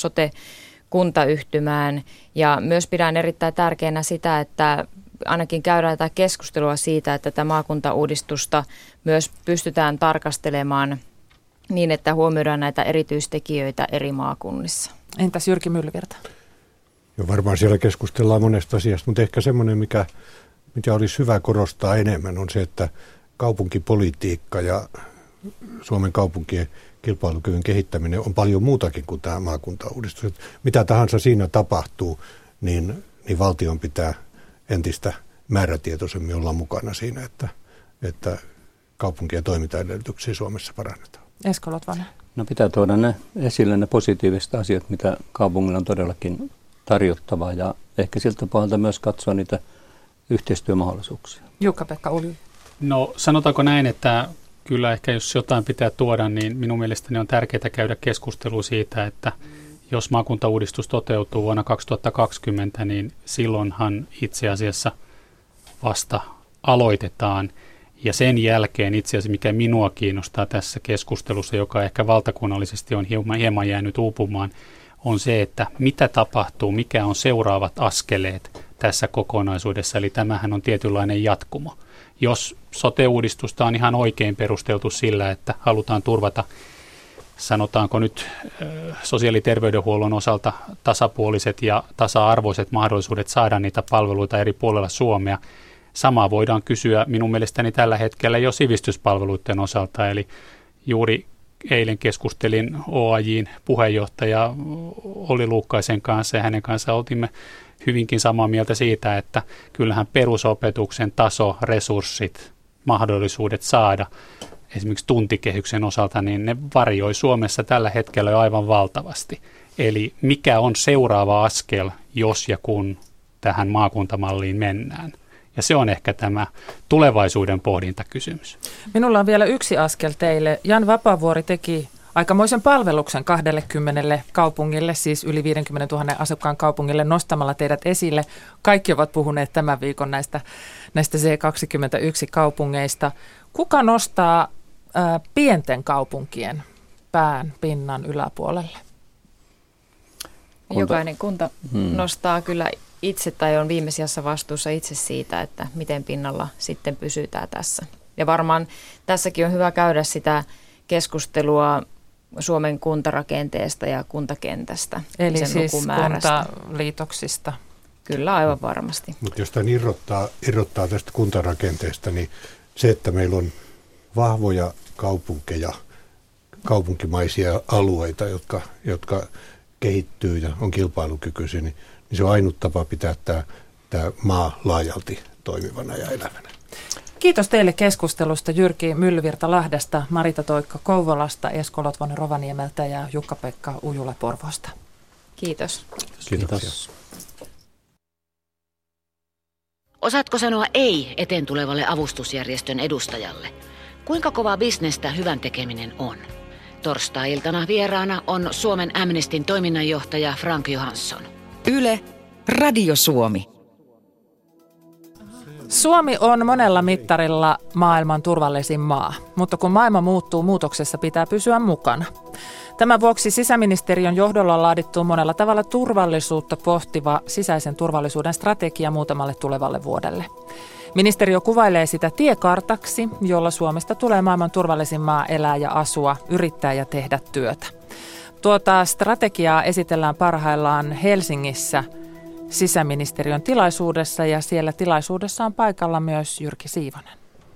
sote-kuntayhtymään. Ja myös pidän erittäin tärkeänä sitä, että ainakin käydään tätä keskustelua siitä, että tätä maakuntauudistusta myös pystytään tarkastelemaan niin, että huomioidaan näitä erityistekijöitä eri maakunnissa. Entäs Jyrki Myllyvirta? Jo varmaan siellä keskustellaan monesta asiasta, mutta ehkä semmoinen, mikä, mikä olisi hyvä korostaa enemmän, on se, että kaupunkipolitiikka ja Suomen kaupunkien kilpailukyvyn kehittäminen on paljon muutakin kuin tämä maakuntauudistus. Että mitä tahansa siinä tapahtuu, niin, niin valtion pitää entistä määrätietoisemmin olla mukana siinä, että, että kaupunkien toimintaedellytyksiä Suomessa parannetaan. Esko Lotvonen. No pitää tuoda ne esille ne positiiviset asiat, mitä kaupungilla on todellakin tarjottavaa ja ehkä siltä pohjalta myös katsoa niitä yhteistyömahdollisuuksia. Jukka-Pekka Ulli. No sanotaanko näin, että kyllä ehkä jos jotain pitää tuoda, niin minun mielestäni on tärkeää käydä keskustelua siitä, että jos maakuntauudistus toteutuu vuonna kaksituhattakaksikymmentä, niin silloinhan itse asiassa vasta aloitetaan. Ja sen jälkeen itse asiassa, mikä minua kiinnostaa tässä keskustelussa, joka ehkä valtakunnallisesti on hieman, hieman jäänyt uupumaan, on se, että mitä tapahtuu, mikä on seuraavat askeleet tässä kokonaisuudessa. Eli tämähän on tietynlainen jatkumo. Jos sote-uudistusta on ihan oikein perusteltu sillä, että halutaan turvata, sanotaanko nyt sosiaali- ja terveydenhuollon osalta tasapuoliset ja tasa-arvoiset mahdollisuudet saada niitä palveluita eri puolilla Suomea. Samaa voidaan kysyä minun mielestäni tällä hetkellä jo sivistyspalveluiden osalta, eli juuri eilen keskustelin O A J:n puheenjohtaja Olli Luukkaisen kanssa ja hänen kanssaan oltimme hyvinkin samaa mieltä siitä, että kyllähän perusopetuksen taso, resurssit, mahdollisuudet saada esimerkiksi tuntikehyksen osalta, niin ne varioi Suomessa tällä hetkellä jo aivan valtavasti. Eli mikä on seuraava askel, jos ja kun tähän maakuntamalliin mennään? Ja se on ehkä tämä tulevaisuuden pohdintakysymys. Minulla on vielä yksi askel teille. Jan Vapaavuori teki aikamoisen palveluksen kahdellekymmenelle kaupungille, siis yli viisikymmentätuhatta asukkaan kaupungille, nostamalla teidät esille. Kaikki ovat puhuneet tämän viikon näistä, näistä C kaksikymmentäyksi kaupungeista. Kuka nostaa ää, pienten kaupunkien pään pinnan yläpuolelle? Kunta. Jokainen kunta hmm. nostaa kyllä itse tai on viimeisessä vastuussa itse siitä, että miten pinnalla sitten pysytään tässä. Ja varmaan tässäkin on hyvä käydä sitä keskustelua Suomen kuntarakenteesta ja kuntakentästä. Eli sen siis kuntaliitoksista. Kyllä, aivan varmasti. Mutta jos tämän irrottaa, irrottaa tästä kuntarakenteesta, niin se, että meillä on vahvoja kaupunkeja, kaupunkimaisia alueita, jotka, jotka kehittyy ja on kilpailukykyisiä, niin, niin se on ainut tapa pitää tämä, tämä maa laajalti toimivana ja elävänä. Kiitos teille keskustelusta Jyrki Myllyvirta Lahdesta, Marita Toikka Kouvolasta, Esko Lotvonen Rovaniemeltä ja Jukka-Pekka Ujula Porvoosta. Kiitos. Kiitos. Osaatko sanoa ei eteen tulevalle avustusjärjestön edustajalle? Kuinka kovaa bisnestä hyvän tekeminen on? Torstai-iltana vieraana on Suomen Amnestyn toiminnanjohtaja Frank Johansson. Yle, Radio Suomi. Suomi on monella mittarilla maailman turvallisin maa, mutta kun maailma muuttuu, muutoksessa pitää pysyä mukana. Tämän vuoksi sisäministeriön johdolla on laadittu monella tavalla turvallisuutta pohtiva sisäisen turvallisuuden strategia muutamalle tulevalle vuodelle. Ministeriö kuvailee sitä tiekartaksi, jolla Suomesta tulee maailman turvallisin maa elää ja asua, yrittää ja tehdä työtä. Tuota strategiaa esitellään parhaillaan Helsingissä sisäministeriön tilaisuudessa ja siellä tilaisuudessa on paikalla myös Jyrki Siivonen.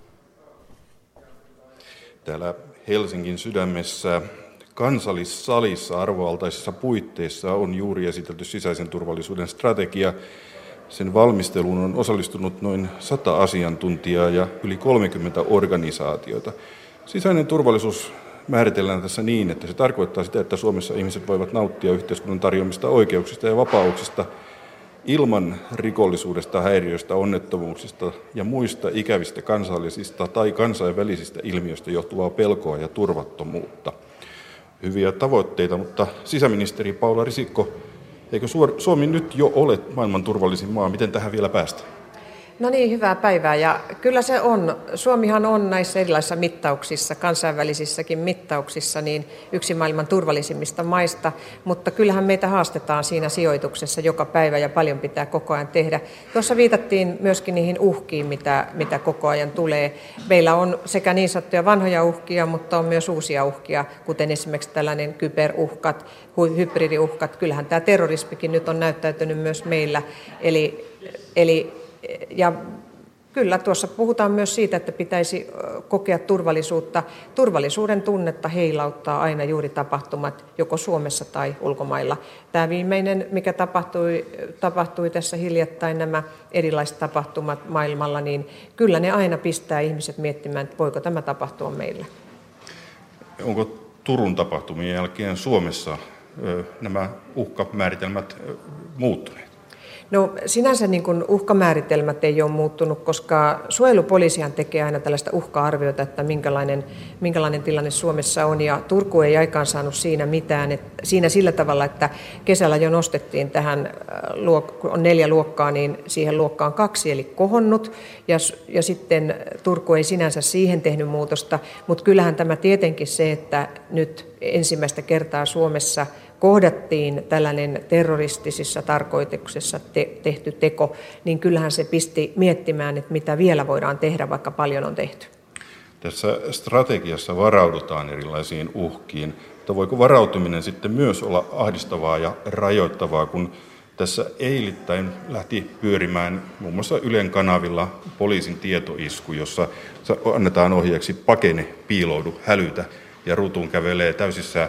Täällä Helsingin sydämessä kansallissalissa arvovaltaisissa puitteissa on juuri esitelty sisäisen turvallisuuden strategia. Sen valmisteluun on osallistunut noin sata asiantuntijaa ja yli kolmekymmentä organisaatiota. Sisäinen turvallisuus määritellään tässä niin, että se tarkoittaa sitä, että Suomessa ihmiset voivat nauttia yhteiskunnan tarjoamista oikeuksista ja vapauksista ilman rikollisuudesta, häiriöistä, onnettomuuksista ja muista ikävistä kansallisista tai kansainvälisistä ilmiöistä johtuvaa pelkoa ja turvattomuutta. Hyviä tavoitteita, mutta sisäministeri Paula Risikko, eikö Suomi nyt jo ole maailman turvallisin maa? Miten tähän vielä päästään? No niin, hyvää päivää. Ja kyllä se on. Suomihan on näissä erilaisissa mittauksissa, kansainvälisissäkin mittauksissa, niin yksi maailman turvallisimmista maista, mutta kyllähän meitä haastetaan siinä sijoituksessa joka päivä ja paljon pitää koko ajan tehdä. Tuossa viitattiin myöskin niihin uhkiin, mitä, mitä koko ajan tulee. Meillä on sekä niin sanottuja vanhoja uhkia, mutta on myös uusia uhkia, kuten esimerkiksi tällainen kyberuhkat, hybridiuhkat. Kyllähän tämä terrorismikin nyt on näyttäytynyt myös meillä. Eli, eli Ja kyllä tuossa puhutaan myös siitä, että pitäisi kokea turvallisuutta. Turvallisuuden tunnetta heilauttaa aina juuri tapahtumat joko Suomessa tai ulkomailla. Tämä viimeinen, mikä tapahtui, tapahtui tässä hiljattain, nämä erilaiset tapahtumat maailmalla, niin kyllä ne aina pistää ihmiset miettimään, että voiko tämä tapahtua meillä. Onko Turun tapahtumien jälkeen Suomessa nämä uhkamääritelmät muuttuneet? No sinänsä niin kuin uhkamääritelmät ei ole muuttunut, koska suojelupoliisihan tekee aina tällaista uhka-arviota, että minkälainen, minkälainen tilanne Suomessa on. Ja Turku ei aikaan saanut siinä mitään. Että siinä sillä tavalla, että kesällä jo nostettiin tähän, on neljä luokkaa, niin siihen luokkaan kaksi, eli kohonnut. Ja, ja sitten Turku ei sinänsä siihen tehnyt muutosta, mutta kyllähän tämä tietenkin se, että nyt ensimmäistä kertaa Suomessa kohdattiin tällainen terroristisissa tarkoituksessa te- tehty teko, niin kyllähän se pisti miettimään, että mitä vielä voidaan tehdä, vaikka paljon on tehty. Tässä strategiassa varaudutaan erilaisiin uhkiin, mutta voiko varautuminen sitten myös olla ahdistavaa ja rajoittavaa, kun tässä eilittäin lähti pyörimään muun muassa Ylen kanavilla poliisin tietoisku, jossa annetaan ohjeeksi pakene, piiloudu, hälytä, ja ruutuun kävelee täysissä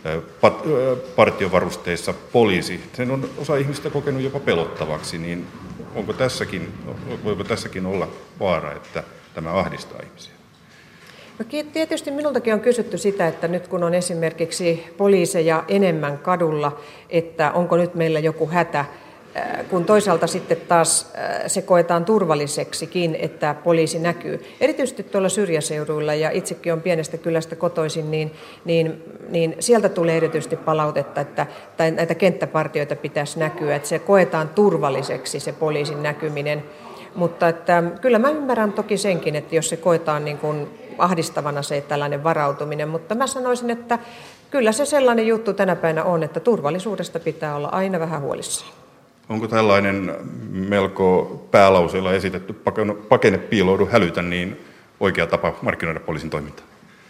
partiovarusteissa poliisi. Sen on osa ihmistä kokenut jopa pelottavaksi, niin onko tässäkin, voiko tässäkin olla vaara, että tämä ahdistaa ihmisiä? No, tietysti minultakin on kysytty sitä, että nyt kun on esimerkiksi poliiseja enemmän kadulla, että onko nyt meillä joku hätä, kun toisaalta sitten taas se koetaan turvalliseksikin, että poliisi näkyy. Erityisesti tuolla syrjäseuduilla, ja itsekin on pienestä kylästä kotoisin, niin, niin, niin sieltä tulee erityisesti palautetta, että tai näitä kenttäpartioita pitäisi näkyä, että se koetaan turvalliseksi se poliisin näkyminen. Mutta että, kyllä mä ymmärrän toki senkin, että jos se koetaan niin kuin ahdistavana se tällainen varautuminen, mutta mä sanoisin, että kyllä se sellainen juttu tänä päivänä on, että turvallisuudesta pitää olla aina vähän huolissaan. Onko tällainen melko päälauseella esitetty pakene, piiloudu, hälytä niin oikea tapa markkinoida poliisin toimintaa?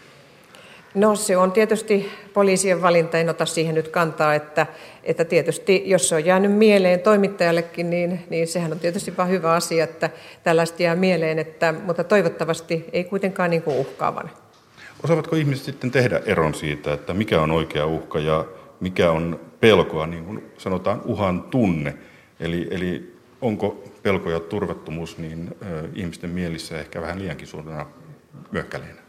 No se on tietysti poliisien valinta, en ota siihen nyt kantaa, että, että tietysti jos se on jäänyt mieleen toimittajallekin, niin, niin sehän on tietysti vaan hyvä asia, että tällaista jää mieleen, että, mutta toivottavasti ei kuitenkaan niin kuin uhkaavan. Osaavatko ihmiset sitten tehdä eron siitä, että mikä on oikea uhka ja mikä on pelkoa, niin kuin sanotaan uhan tunne? Eli, eli onko pelko ja turvattomuus niin ö, ihmisten mielissä ehkä vähän liiankin suurena myöhkäleenä?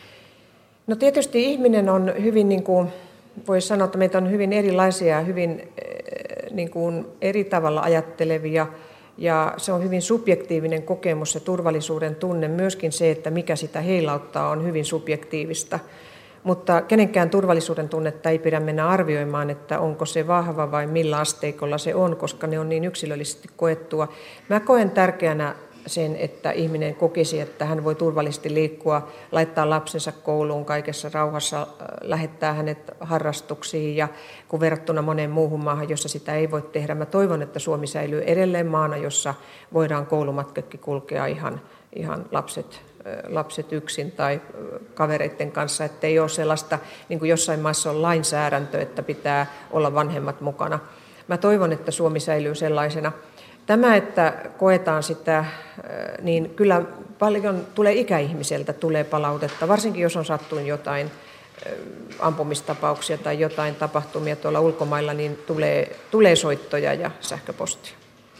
No tietysti ihminen on hyvin, niin kuin voisi sanoa, että meitä on hyvin erilaisia ja hyvin niin kuin eri tavalla ajattelevia, ja se on hyvin subjektiivinen kokemus, se turvallisuuden tunne, myöskin se, että mikä sitä heilauttaa, on hyvin subjektiivista. Mutta kenenkään turvallisuuden tunnetta ei pidä mennä arvioimaan, että onko se vahva vai millä asteikolla se on, koska ne on niin yksilöllisesti koettua. Mä koen tärkeänä sen, että ihminen kokisi, että hän voi turvallisesti liikkua, laittaa lapsensa kouluun kaikessa rauhassa, lähettää hänet harrastuksiin, ja kun verrattuna moneen muuhun maahan, jossa sitä ei voi tehdä. Mä toivon, että Suomi säilyy edelleen maana, jossa voidaan koulumatkakin kulkea ihan, ihan lapset, lapset yksin tai kavereiden kanssa, että ei ole sellaista, niin kuin jossain maassa on lainsäädäntö, että pitää olla vanhemmat mukana. Mä toivon, että Suomi säilyy sellaisena. Tämä, että koetaan sitä, niin kyllä paljon tulee ikäihmiseltä tulee palautetta, varsinkin jos on sattunut jotain ampumistapauksia tai jotain tapahtumia tuolla ulkomailla, niin tulee, tulee soittoja ja sähköpostia.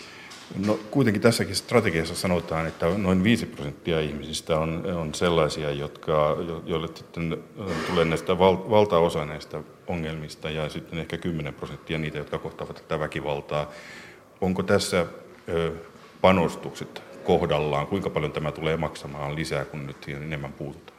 No kuitenkin tässäkin strategiassa sanotaan, että noin viisi prosenttia ihmisistä on, on sellaisia, jotka, joille sitten tulee näistä val, valtaosa näistä ongelmista, ja sitten ehkä kymmenen prosenttia niitä, jotka kohtaavat tätä väkivaltaa. Onko tässä ö, panostukset kohdallaan? Kuinka paljon tämä tulee maksamaan lisää, kun nyt enemmän puututaan?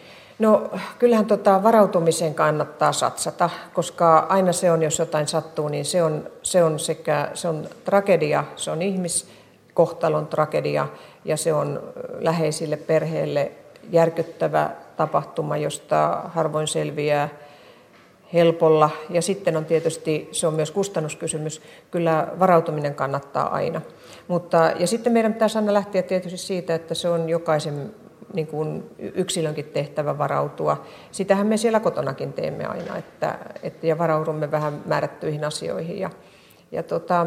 No kyllähän tota varautumiseen kannattaa satsata, koska aina se on, jos jotain sattuu, niin se on, se on sekä se on tragedia, se on ihmiskohtalon tragedia, ja se on läheisille perheelle järkyttävä tapahtuma, josta harvoin selviää helpolla. Ja sitten on tietysti, se on myös kustannuskysymys, kyllä varautuminen kannattaa aina. Mutta, ja sitten meidän pitäisi aina lähteä tietysti siitä, että se on jokaisen niin kuin yksilönkin tehtävä varautua. Sitähän me siellä kotonakin teemme aina, että, että, ja varaudumme vähän määrättyihin asioihin. Ja, ja tota,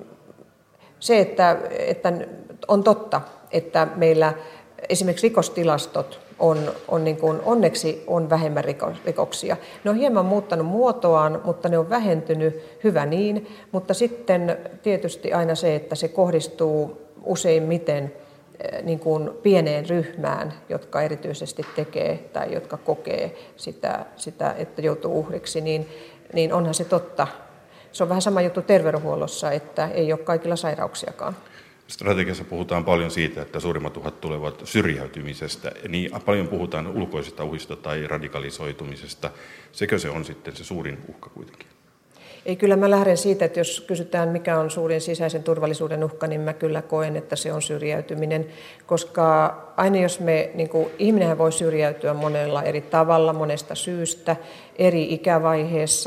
se, että, että on totta, että meillä esimerkiksi rikostilastot on, on niin kuin, onneksi on vähemmän rikoksia. Ne on hieman muuttanut muotoaan, mutta ne on vähentynyt, hyvä niin. Mutta sitten tietysti aina se, että se kohdistuu useimmiten niin kuin pieneen ryhmään, jotka erityisesti tekee tai jotka kokee sitä, sitä että joutuu uhriksi, niin, niin onhan se totta. Se on vähän sama juttu terveydenhuollossa, että ei ole kaikilla sairauksiakaan. Strategiassa puhutaan paljon siitä, että suurimmat uhat tulevat syrjäytymisestä. Niin paljon puhutaan ulkoisista uhista tai radikalisoitumisesta. Sekö se on sitten se suurin uhka kuitenkin? Ei, kyllä mä lähden siitä, että jos kysytään mikä on suurin sisäisen turvallisuuden uhka, niin mä kyllä koen, että se on syrjäytyminen. Koska aina jos me, niin kuin, ihminenhän voi syrjäytyä monella eri tavalla, monesta syystä, eri ikävaiheessa,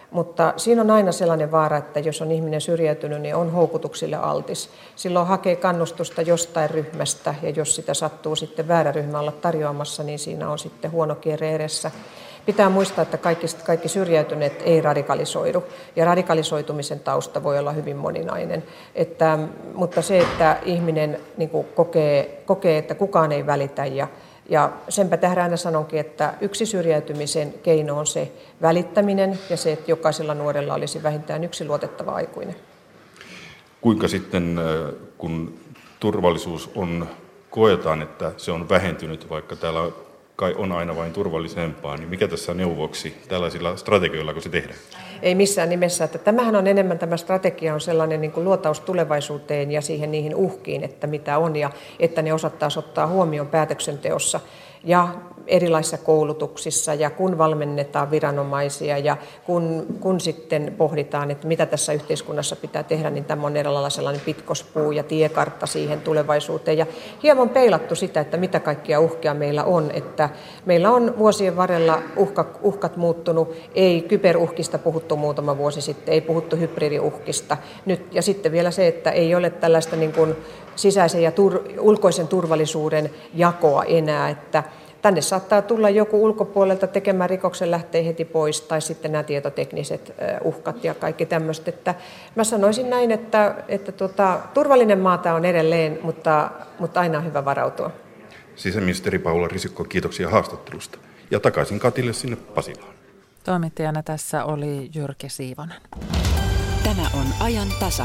Mutta siinä on aina sellainen vaara, että jos on ihminen syrjäytynyt, niin on houkutuksille altis. Silloin hakee kannustusta jostain ryhmästä, ja jos sitä sattuu sitten väärä ryhmä olla tarjoamassa, niin siinä on sitten huono kierre edessä. Pitää muistaa, että kaikki, kaikki syrjäytyneet ei radikalisoidu, ja radikalisoitumisen tausta voi olla hyvin moninainen. Että, mutta se, että ihminen niin kuin kokee, kokee, että kukaan ei välitä, ja, ja senpä tähän aina sanonkin, että yksi syrjäytymisen keino on se välittäminen, ja se, että jokaisella nuorella olisi vähintään yksi luotettava aikuinen. Kuinka sitten, kun turvallisuus on, koetaan, että se on vähentynyt, vaikka täällä kai on aina vain turvallisempaa, niin mikä tässä on neuvoksi tällaisilla strategioilla, kun se tehdään? Ei missään nimessä. Että tämähän on enemmän, tämä strategia on sellainen niin kuin luotaus tulevaisuuteen ja siihen niihin uhkiin, että mitä on, ja että ne osattaisiin ottaa huomioon päätöksenteossa ja erilaisissa koulutuksissa, ja kun valmennetaan viranomaisia ja kun, kun sitten pohditaan, että mitä tässä yhteiskunnassa pitää tehdä, niin tämä on erilailla sellainen pitkospuu ja tiekartta siihen tulevaisuuteen. Ja hieman peilattu sitä, että mitä kaikkia uhkia meillä on, että meillä on vuosien varrella uhka, uhkat muuttunut, ei kyberuhkista puhuttu muutama vuosi sitten, ei puhuttu hybridiuhkista nyt, ja sitten vielä se, että ei ole tällaista niin kuin sisäisen ja tur, ulkoisen turvallisuuden jakoa enää, että tänne saattaa tulla joku ulkopuolelta tekemään rikoksen, lähtee heti pois, tai sitten nämä tietotekniset uhkat ja kaikki tämmöistä. Että mä sanoisin näin, että, että tuota, turvallinen maata on edelleen, mutta, mutta aina on hyvä varautua. Sisäministeri Paula Risikko, kiitoksia haastattelusta. Ja takaisin Katille sinne Pasilaan. Toimittajana tässä oli Jyrki Siivonen. Tämä on ajan tasa.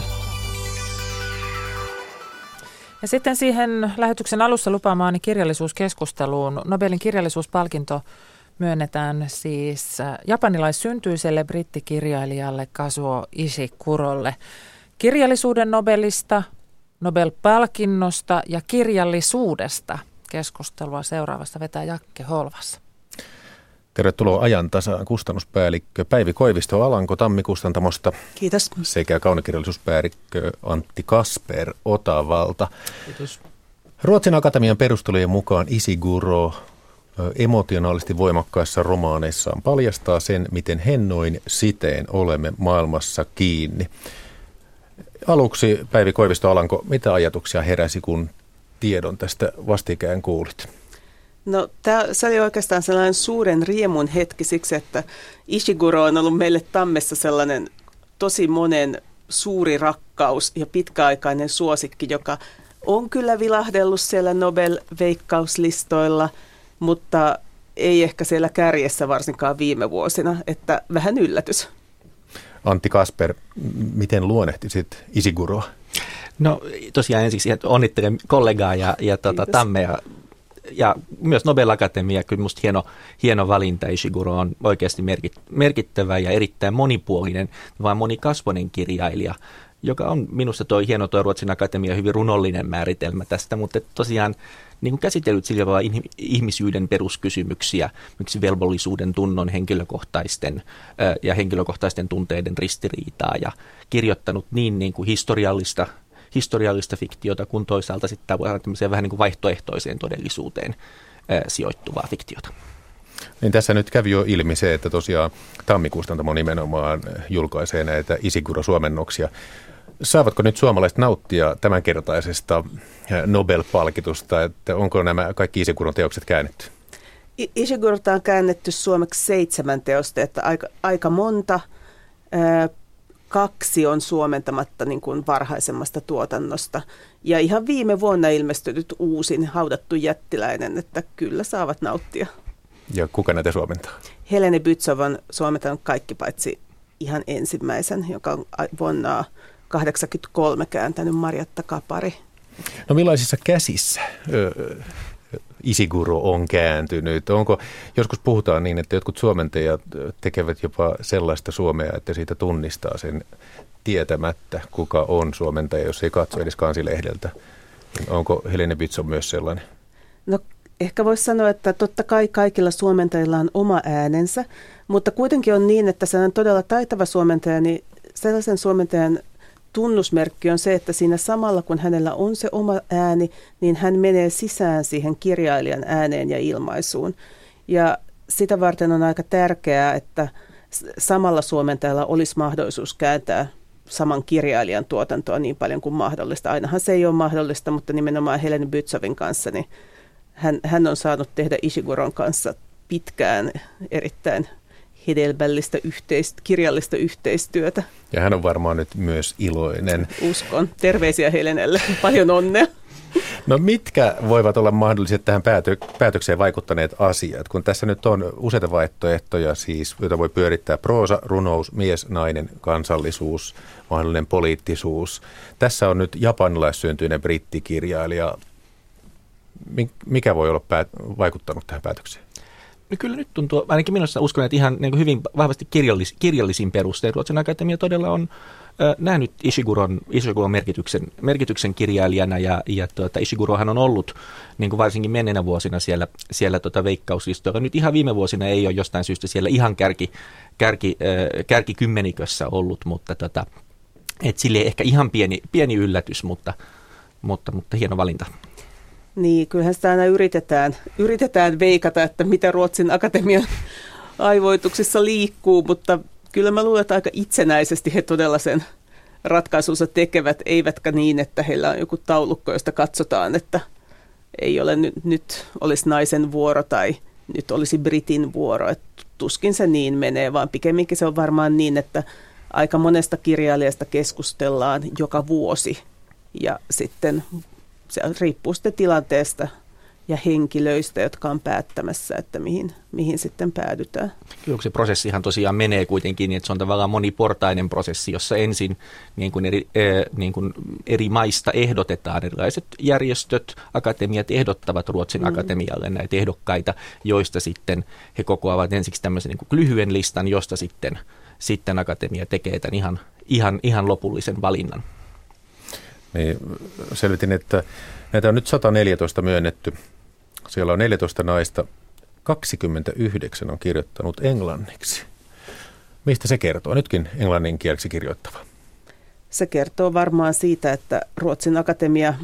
Ja sitten siihen lähetyksen alussa lupaamaani kirjallisuuskeskusteluun. Nobelin kirjallisuuspalkinto myönnetään siis japanilaissyntyiselle brittikirjailijalle Kazuo Ishikurolle. Kirjallisuuden Nobelista, Nobel-palkinnosta ja kirjallisuudesta keskustelua seuraavassa vetää Jakke Holvas. Tervetuloa ajan tasaan kustannuspäällikkö Päivi Koivisto Alanko Tammikustantamosta. Kiitos. Sekä kaunokirjallisuuspäällikkö Antti Kasper Otavalta. Kiitos. Ruotsin Akatemian perustelujen mukaan Ishiguro emotionaalisesti voimakkaissa romaaneissaan paljastaa sen, miten hennoin siteen olemme maailmassa kiinni. Aluksi Päivi Koivisto Alanko, mitä ajatuksia heräsi, kun tiedon tästä vastikään kuulit? No, tää, se oli oikeastaan sellainen suuren riemun hetki siksi, että Ishiguro on ollut meille Tammessa sellainen tosi monen suuri rakkaus ja pitkäaikainen suosikki, joka on kyllä vilahdellut siellä Nobel-veikkauslistoilla, mutta ei ehkä siellä kärjessä varsinkaan viime vuosina, että vähän yllätys. Antti Kasper, miten luonnehtisit Ishiguroa? No tosiaan ensiksi onnittelen kollegaa ja, ja tuota, Tammea. Ja myös Nobel-akatemia, kyllä musta hieno, hieno valinta. Ishiguro on oikeasti merkittävä ja erittäin monipuolinen, vaan monikasvoinen kirjailija, joka on minusta tuo hieno tuo Ruotsin Akatemia hyvin runollinen määritelmä tästä, mutta tosiaan niin kuin käsitellyt sillä tavalla ihmisyyden peruskysymyksiä, miksi velvollisuuden tunnon henkilökohtaisten ja henkilökohtaisten tunteiden ristiriitaa ja kirjoittanut niin, niin kuin historiallista historiallista fiktiota, kun toisaalta sitten tämmöiseen vähän niin kuin vaihtoehtoiseen todellisuuteen ää, sijoittuvaa fiktiota. Niin tässä nyt kävi jo ilmi se, että tosiaan Tammikustantamo nimenomaan julkaisee näitä Ishiguro-suomennoksia. Saavatko nyt suomalaiset nauttia tämänkertaisesta Nobel-palkitusta, että onko nämä kaikki Ishiguron teokset käännetty? Ishigurota on käännetty suomeksi seitsemän teosta, että aika, aika monta. Ää, Kaksi on suomentamatta niin kuin varhaisemmasta tuotannosta. Ja ihan viime vuonna ilmestynyt uusin haudattu jättiläinen, että kyllä saavat nauttia. Ja kuka näitä suomentaa? Helene Bytsov on suomentanut kaikki paitsi ihan ensimmäisen, joka on vuonna kahdeksankymmentäkolme kääntänyt Marjatta Kapari. No millaisissa käsissä öö, Ishiguro on kääntynyt? Onko, joskus puhutaan niin, että jotkut suomentajat tekevät jopa sellaista suomea, että siitä tunnistaa sen tietämättä, kuka on suomentaja, jos ei katso edes kansilehdeltä. Onko Helene Bytsov myös sellainen? No ehkä voisi sanoa, että totta kai kaikilla suomentajilla on oma äänensä, mutta kuitenkin on niin, että se on todella taitava suomentaja, niin sellaisen suomentajan tunnusmerkki on se, että siinä samalla kun hänellä on se oma ääni, niin hän menee sisään siihen kirjailijan ääneen ja ilmaisuun. Ja sitä varten on aika tärkeää, että samalla suomentajalla olisi mahdollisuus kääntää saman kirjailijan tuotantoa niin paljon kuin mahdollista. Ainahan se ei ole mahdollista, mutta nimenomaan Helen Bützovin kanssa, niin hän, hän on saanut tehdä Ishiguron kanssa pitkään erittäin hedelmällistä yhteist- kirjallista yhteistyötä. Ja hän on varmaan nyt myös iloinen. Uskon. Terveisiä Helenelle. Paljon onnea. No mitkä voivat olla mahdolliset tähän päätö- päätökseen vaikuttaneet asiat? Kun tässä nyt on useita vaihtoehtoja, siis, joita voi pyörittää proosa, runous, mies, nainen, kansallisuus, mahdollinen poliittisuus. Tässä on nyt japanilaissyntyinen brittikirjailija. Mikä voi olla päät- vaikuttanut tähän päätökseen? No kyllä nyt tuntuu, ainakin minusta uskon, että ihan niin kuin hyvin vahvasti kirjallis, kirjallisin perustein. Ruotsin Akatemia todella on äh, nähnyt Ishiguron, Ishiguron merkityksen, merkityksen kirjailijana ja, ja tuota, Ishigurohan on ollut niin kuin varsinkin menneenä vuosina siellä, siellä tota veikkauslistoilla. Nyt ihan viime vuosina ei ole jostain syystä siellä ihan kärki, kärki, äh, kärkikymmenikössä ollut, mutta tota, et sille ehkä ihan pieni, pieni yllätys, mutta, mutta, mutta hieno valinta. Niin, kyllähän sitä aina yritetään, yritetään veikata, että mitä Ruotsin Akatemian aivoituksissa liikkuu, mutta kyllä mä luulen, että aika itsenäisesti he todella sen ratkaisunsa tekevät, eivätkä niin, että heillä on joku taulukko, josta katsotaan, että ei ole nyt, nyt olisi naisen vuoro tai nyt olisi britin vuoro. Et tuskin se niin menee, vaan pikemminkin se on varmaan niin, että aika monesta kirjailijasta keskustellaan joka vuosi ja sitten se riippuu sitten tilanteesta ja henkilöistä, jotka on päättämässä, että mihin, mihin sitten päädytään. Kyllä se prosessihan tosiaan menee kuitenkin, niin että se on tavallaan moniportainen prosessi, jossa ensin niin kuin eri, äh, niin kuin eri maista ehdotetaan, erilaiset järjestöt, akatemiat ehdottavat Ruotsin mm. akatemialle näitä ehdokkaita, joista sitten he kokoavat ensiksi tämmöisen niin kuin lyhyen listan, josta sitten, sitten akatemia tekee tämän ihan, ihan, ihan lopullisen valinnan. Niin, selvitin, että näitä on nyt sata neljätoista myönnetty. Siellä on neljätoista naista, kaksikymmentäyhdeksän on kirjoittanut englanniksi. Mistä se kertoo? Nytkin englanninkieliksi kirjoittava. Se kertoo varmaan siitä, että Ruotsin Akatemia,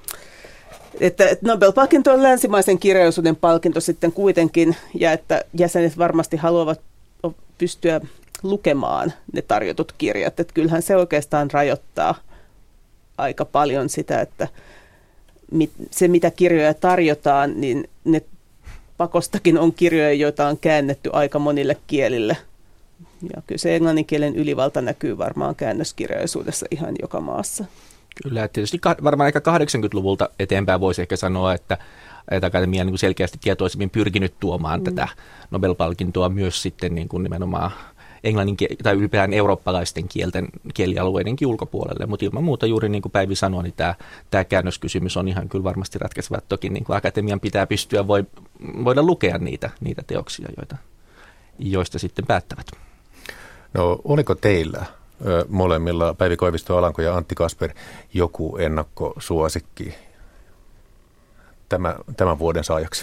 että Nobel-palkinto on länsimaisen kirjallisuuden palkinto sitten kuitenkin, ja että jäsenet varmasti haluavat pystyä lukemaan ne tarjotut kirjat. Että kyllähän se oikeastaan rajoittaa aika paljon sitä, että se mitä kirjoja tarjotaan, niin ne pakostakin on kirjoja, joita on käännetty aika monille kielille. Ja kyllä se englanninkielen ylivalta näkyy varmaan käännöskirjallisuudessa ihan joka maassa. Kyllä, tietysti varmaan aika kahdeksankymmentäluvulta eteenpäin voisi ehkä sanoa, että Akatemia on niin kuin selkeästi tietoisemmin pyrkinyt tuomaan mm. tätä Nobel-palkintoa myös sitten niin kuin nimenomaan englannin tai ylipäätään eurooppalaisten kielten, kielialueidenkin ulkopuolelle, mutta ilman muuta juuri niin kuin Päivi sanoi, niin tämä, tämä käännöskysymys on ihan kyllä varmasti ratkaiseva. Toki niin kuin akatemian pitää pystyä voi, voida lukea niitä, niitä teoksia, joita, joista sitten päättävät. No oliko teillä ö, molemmilla, Päivi Koivisto Alanko ja Antti Kasper, joku ennakkosuosikki tämä, tämän vuoden saajaksi?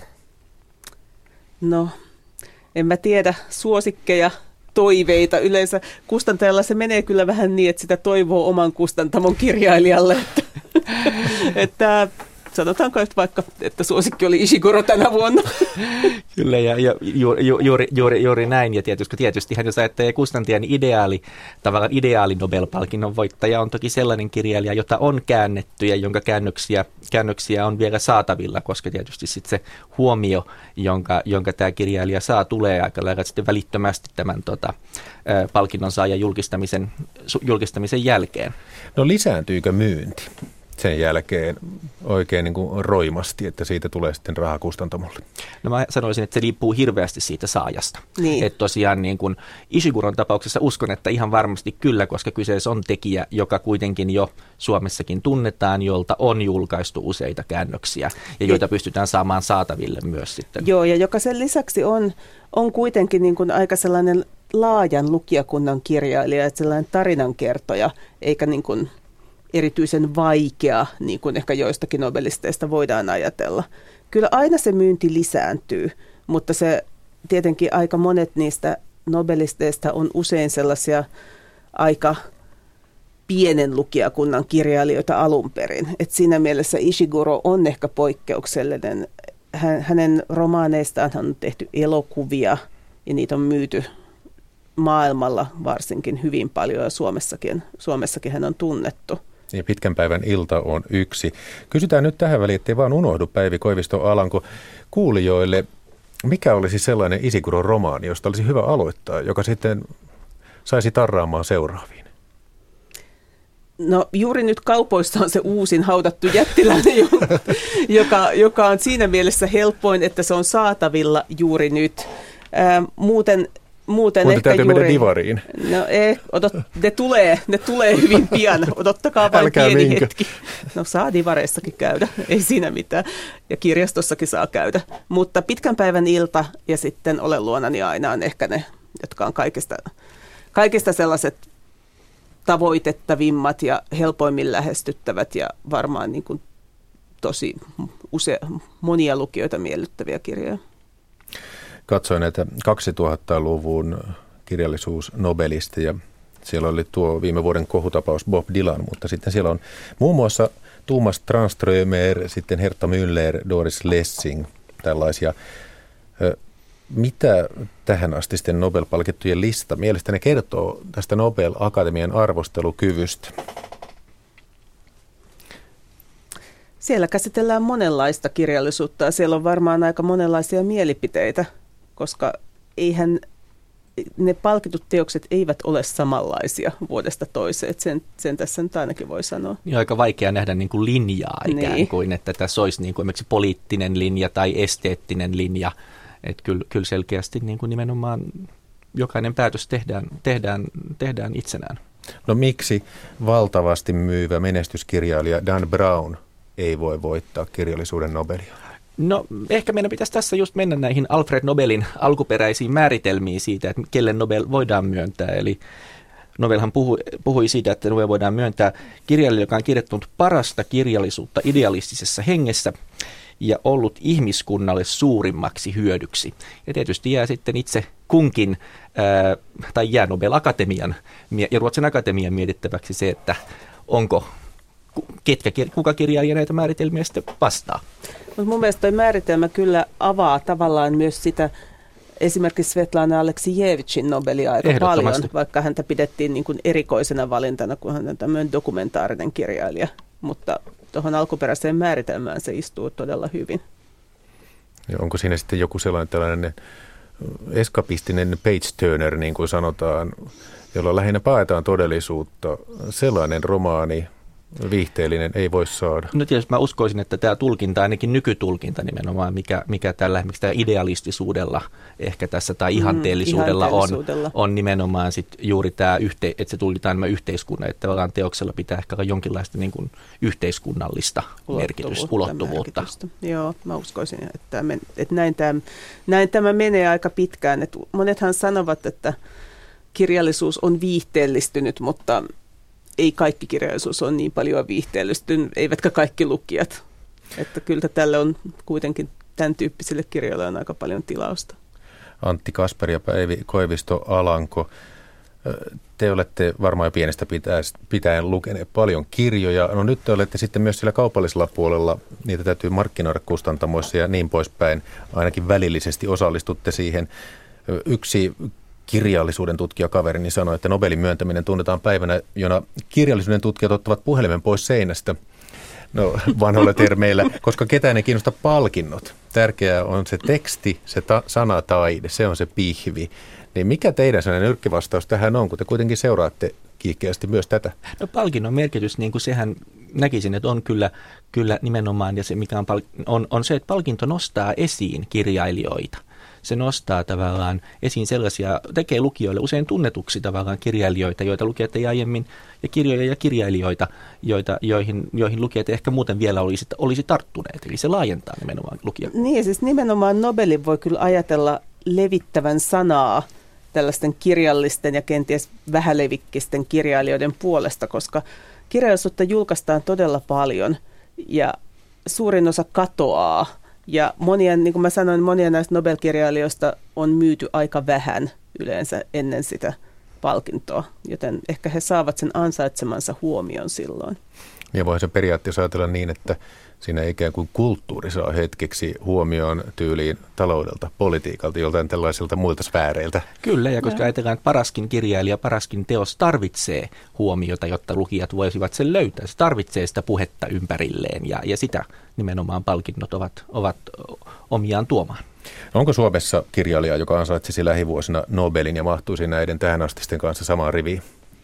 No, en mä tiedä suosikkeja. Toiveita. Yleensä kustantajalla se menee kyllä vähän niin, että sitä toivoo oman kustantamon kirjailijalle. Että, että sanotaanko nyt vaikka, että suosikki oli Ishiguro tänä vuonna. Kyllä, ja, ja juuri, juuri, juuri, juuri näin. Ja tietysti, tietystihän jos ajattelee kustantajan ideaali, tavallaan ideaali Nobel-palkinnon voittaja on toki sellainen kirjailija, jota on käännetty ja jonka käännöksiä, käännöksiä on vielä saatavilla, koska tietysti sitten se huomio, jonka, jonka tämä kirjailija saa, tulee aika lailla sitten välittömästi tämän tota, palkinnon saajan julkistamisen, julkistamisen jälkeen. No lisääntyykö myynti sen jälkeen oikein niin kuin roimasti, että siitä tulee sitten rahaa kustantamolle? No mä sanoisin, että se riippuu hirveästi siitä saajasta. Niin. Että tosiaan niin kuin Ishiguron tapauksessa uskon, että ihan varmasti kyllä, koska kyseessä on tekijä, joka kuitenkin jo Suomessakin tunnetaan, jolta on julkaistu useita käännöksiä ja joita pystytään saamaan saataville myös sitten. Joo, ja joka sen lisäksi on, on kuitenkin niin kuin aika sellainen laajan lukijakunnan kirjailija, että sellainen tarinankertoja, eikä niin kuin erityisen vaikea, niin kuin ehkä joistakin nobelisteista voidaan ajatella. Kyllä aina se myynti lisääntyy, mutta se tietenkin aika monet niistä nobelisteista on usein sellaisia aika pienen lukijakunnan kirjailijoita alun perin. Et siinä mielessä Ishiguro on ehkä poikkeuksellinen. Hänen romaaneistaan on tehty elokuvia ja niitä on myyty maailmalla varsinkin hyvin paljon ja Suomessakin, Suomessakin hän on tunnettu. Ja pitkän päivän ilta on yksi. Kysytään nyt tähän väliin, ettei vaan unohdu Päivi Koivisto-Alanko kuulijoille, mikä olisi sellainen Ishiguron romaani, josta olisi hyvä aloittaa, joka sitten saisi tarraamaan seuraaviin? No juuri nyt kaupoissa on se uusin haudattu jättiläinen, joka, joka on siinä mielessä helpoin, että se on saatavilla juuri nyt. Ää, muuten Muuten Mutta ehkä täytyy juuri, mennä divariin. No ei, odot, ne tulee, ne tulee hyvin pian, odottakaa vain Älkää pieni minkö. hetki. No saa divareissakin käydä, ei siinä mitään, ja kirjastossakin saa käydä. Mutta pitkän päivän ilta ja sitten Olen luonani aina on ehkä ne, jotka on kaikista, kaikista sellaiset tavoitettavimmat ja helpoimmin lähestyttävät ja varmaan niin kuin tosi usea, monia lukijoita miellyttäviä kirjoja. Katsoin näitä kaksituhattaluvun kirjallisuusnobelisteja. Siellä oli tuo viime vuoden kohutapaus Bob Dylan, mutta sitten siellä on muun muassa Thomas Tranströmer, sitten Herta Müller, Doris Lessing, tällaisia. Mitä tähän asti sitten Nobel-palkittujen lista mielestäni kertoo tästä Nobel-akatemian arvostelukyvystä? Siellä käsitellään monenlaista kirjallisuutta ja siellä on varmaan aika monenlaisia mielipiteitä, koska eihän ne palkitut teokset eivät ole samanlaisia vuodesta toiseen. Sen, sen tässä nyt ainakin voi sanoa. Niin aika vaikea nähdä niin kuin linjaa ikään niin. kuin, että tässä olisi niin kuin esimerkiksi poliittinen linja tai esteettinen linja. Että kyllä, kyllä selkeästi niin kuin nimenomaan jokainen päätös tehdään, tehdään, tehdään itsenään. No miksi valtavasti myyvä menestyskirjailija Dan Brown ei voi voittaa kirjallisuuden Nobelia? No ehkä meidän pitäisi tässä just mennä näihin Alfred Nobelin alkuperäisiin määritelmiin siitä, että kelle Nobel voidaan myöntää. Eli Nobelhan puhui, puhui siitä, että Nobel voidaan myöntää kirjailijalle, joka on kirjoittanut parasta kirjallisuutta idealistisessa hengessä ja ollut ihmiskunnalle suurimmaksi hyödyksi. Ja tietysti jää sitten itse kunkin, ää, tai jää Nobel-akatemian ja Ruotsin akatemian mietittäväksi se, että onko ketkä, kuka kirjailija näitä määritelmiä sitten vastaa. Mutta mun mielestä toi määritelmä kyllä avaa tavallaan myös sitä esimerkiksi Svetlana Aleksijevicin Nobelia aika paljon, vaikka häntä pidettiin niin kuin erikoisena valintana, kun hän on tämmöinen dokumentaarinen kirjailija. Mutta tuohon alkuperäiseen määritelmään se istuu todella hyvin. Ja onko siinä sitten joku sellainen tällainen eskapistinen page-turner, niin kuin sanotaan, jolla lähinnä paetaan todellisuutta, sellainen romaani, viihteellinen ei voi saada? No tietysti mä uskoisin, että tämä tulkinta, ainakin nykytulkinta nimenomaan, mikä, mikä tällä esimerkiksi tämä idealistisuudella ehkä tässä tai ihanteellisuudella, mm, ihanteellisuudella. On, on nimenomaan sit juuri tämä, yhte, että se tulkitaan nämä yhteiskunnan, että tavallaan teoksella pitää ehkä jonkinlaista niin kuin yhteiskunnallista merkitystä, ulottuvuutta. Merkitystä. Joo, mä uskoisin, että, men, että näin, tämä, näin tämä menee aika pitkään. Että monethan sanovat, että kirjallisuus on viihteellistynyt, mutta ei kaikki kirjallisuus on niin paljon viihteellistynyt, eivätkä kaikki lukijat. Että kyllä tälle on kuitenkin tämän tyyppisille kirjoille on aika paljon tilausta. Antti Kasperi ja Päivi Koivisto-Alanko, te olette varmaan jo pienestä pitäen lukeneet paljon kirjoja. No nyt te olette sitten myös sillä kaupallisella puolella, niitä täytyy markkinoida kustantamoissa ja niin poispäin. Ainakin välillisesti osallistutte siihen. Yksi kirjallisuuden tutkijakaverini sanoi, että Nobelin myöntäminen tunnetaan päivänä, jona kirjallisuuden tutkijat ottavat puhelimen pois seinästä. No vanhoilla termeillä, koska ketään ei kiinnosta palkinnot. Tärkeää on se teksti, se ta- sanataide, se on se pihvi. Niin mikä teidän sellainen nyrkkivastaus tähän on, kun te kuitenkin seuraatte kiihkeästi myös tätä? No palkinnon merkitys, niin kuin sehän näkisin, että on kyllä, kyllä nimenomaan, ja se mikä on, pal- on, on se, että palkinto nostaa esiin kirjailijoita. Se nostaa tavallaan esiin sellaisia, tekee lukijoille usein tunnetuksi tavallaan kirjailijoita, joita lukijat ei aiemmin, ja kirjoja ja kirjailijoita, joita, joihin, joihin lukijat ehkä muuten vielä olisi, olisi tarttuneet. Eli se laajentaa nimenomaan lukijaa. Niin, siis nimenomaan Nobelin voi kyllä ajatella levittävän sanaa tällaisten kirjallisten ja kenties vähälevikkisten kirjailijoiden puolesta, koska kirjallisuutta julkaistaan todella paljon ja suurin osa katoaa. Ja monia, niin kuin mä sanoin, monia näistä Nobel-kirjailijoista on myyty aika vähän yleensä ennen sitä palkintoa, joten ehkä he saavat sen ansaitsemansa huomion silloin. Ja voihan se periaatteessa ajatella niin, että siinä ikään kuin kulttuuri saa hetkeksi huomioon tyyliin taloudelta, politiikalta, joltain tällaisilta muilta sfääreiltä. Kyllä, ja koska ajatellaan, että paraskin kirjailija, paraskin teos tarvitsee huomiota, jotta lukijat voisivat sen löytää. Se tarvitsee sitä puhetta ympärilleen, ja, ja sitä nimenomaan palkinnot ovat, ovat omiaan tuomaan. Onko Suomessa kirjailija, joka ansaitsisi lähivuosina Nobelin ja mahtuisi näiden tähänastisten kanssa samaan riviin?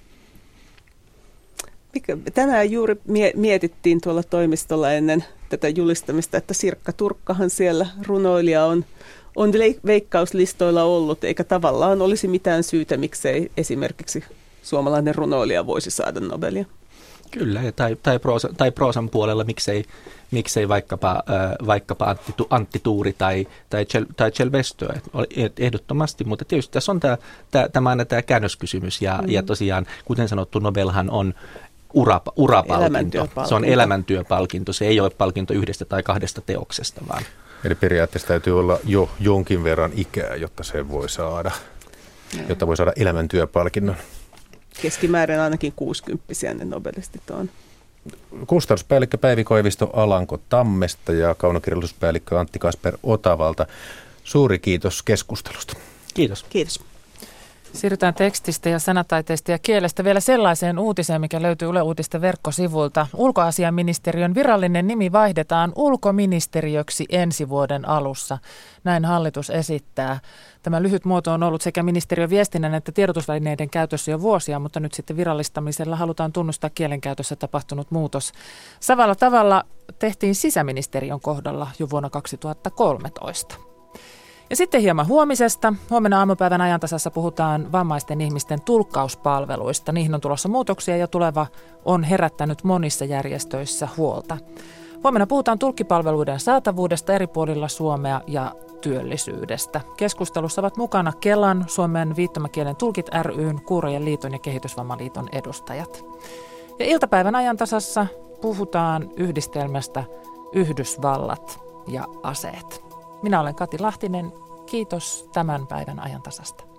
Tänään juuri mietittiin tuolla toimistolla ennen tätä julistamista, että Sirkka Turkkahan siellä runoilija on, on veikkauslistoilla ollut, eikä tavallaan olisi mitään syytä, miksei esimerkiksi suomalainen runoilija voisi saada Nobelia. Kyllä, ja tai, tai, proosa, tai proosan puolella miksei, miksei vaikkapa, äh, vaikkapa Antti, Antti Tuuri tai, tai, tai Celvestö, ehdottomasti, mutta tietysti tässä on tämä, tämä, tämä aina tämä käännöskysymys, ja, mm. ja tosiaan, kuten sanottu, Nobelhan on ura, urapalkinto, se on elämäntyöpalkinto, se ei ole palkinto yhdestä tai kahdesta teoksesta, vaan. Eli periaatteessa täytyy olla jo jonkin verran ikää, jotta se voi saada, ja. jotta voi saada elämäntyöpalkinnon. Keskimäärin ainakin kuusikymppisiä ne nobelistit on. Kustannuspäällikkö Päivi Koivisto Alanko Tammesta ja kaunokirjallisuuspäällikkö Antti Kasper Otavalta. Suuri kiitos keskustelusta. Kiitos. Kiitos. Siirrytään tekstistä ja sanataiteesta ja kielestä vielä sellaiseen uutiseen, mikä löytyy Yle Uutisten verkkosivulta. Ulkoasiaministeriön virallinen nimi vaihdetaan ulkoministeriöksi ensi vuoden alussa. Näin hallitus esittää. Tämä lyhyt muoto on ollut sekä ministeriön viestinnän että tiedotusvälineiden käytössä jo vuosia, mutta nyt sitten virallistamisella halutaan tunnustaa kielenkäytössä tapahtunut muutos. Samalla tavalla tehtiin sisäministeriön kohdalla jo vuonna kaksituhattakolmetoista. Ja sitten hieman huomisesta. Huomenna aamupäivän ajantasassa puhutaan vammaisten ihmisten tulkkauspalveluista. Niihin on tulossa muutoksia ja tuleva on herättänyt monissa järjestöissä huolta. Huomenna puhutaan tulkkipalveluiden saatavuudesta eri puolilla Suomea ja työllisyydestä. Keskustelussa ovat mukana Kelan, Suomen viittomakielen tulkit ry:n, Kuurojen liiton ja Kehitysvammaliiton edustajat. Ja iltapäivän ajantasassa puhutaan yhdistelmästä Yhdysvallat ja aseet. Minä olen Kati Lahtinen. Kiitos tämän päivän ajantasasta.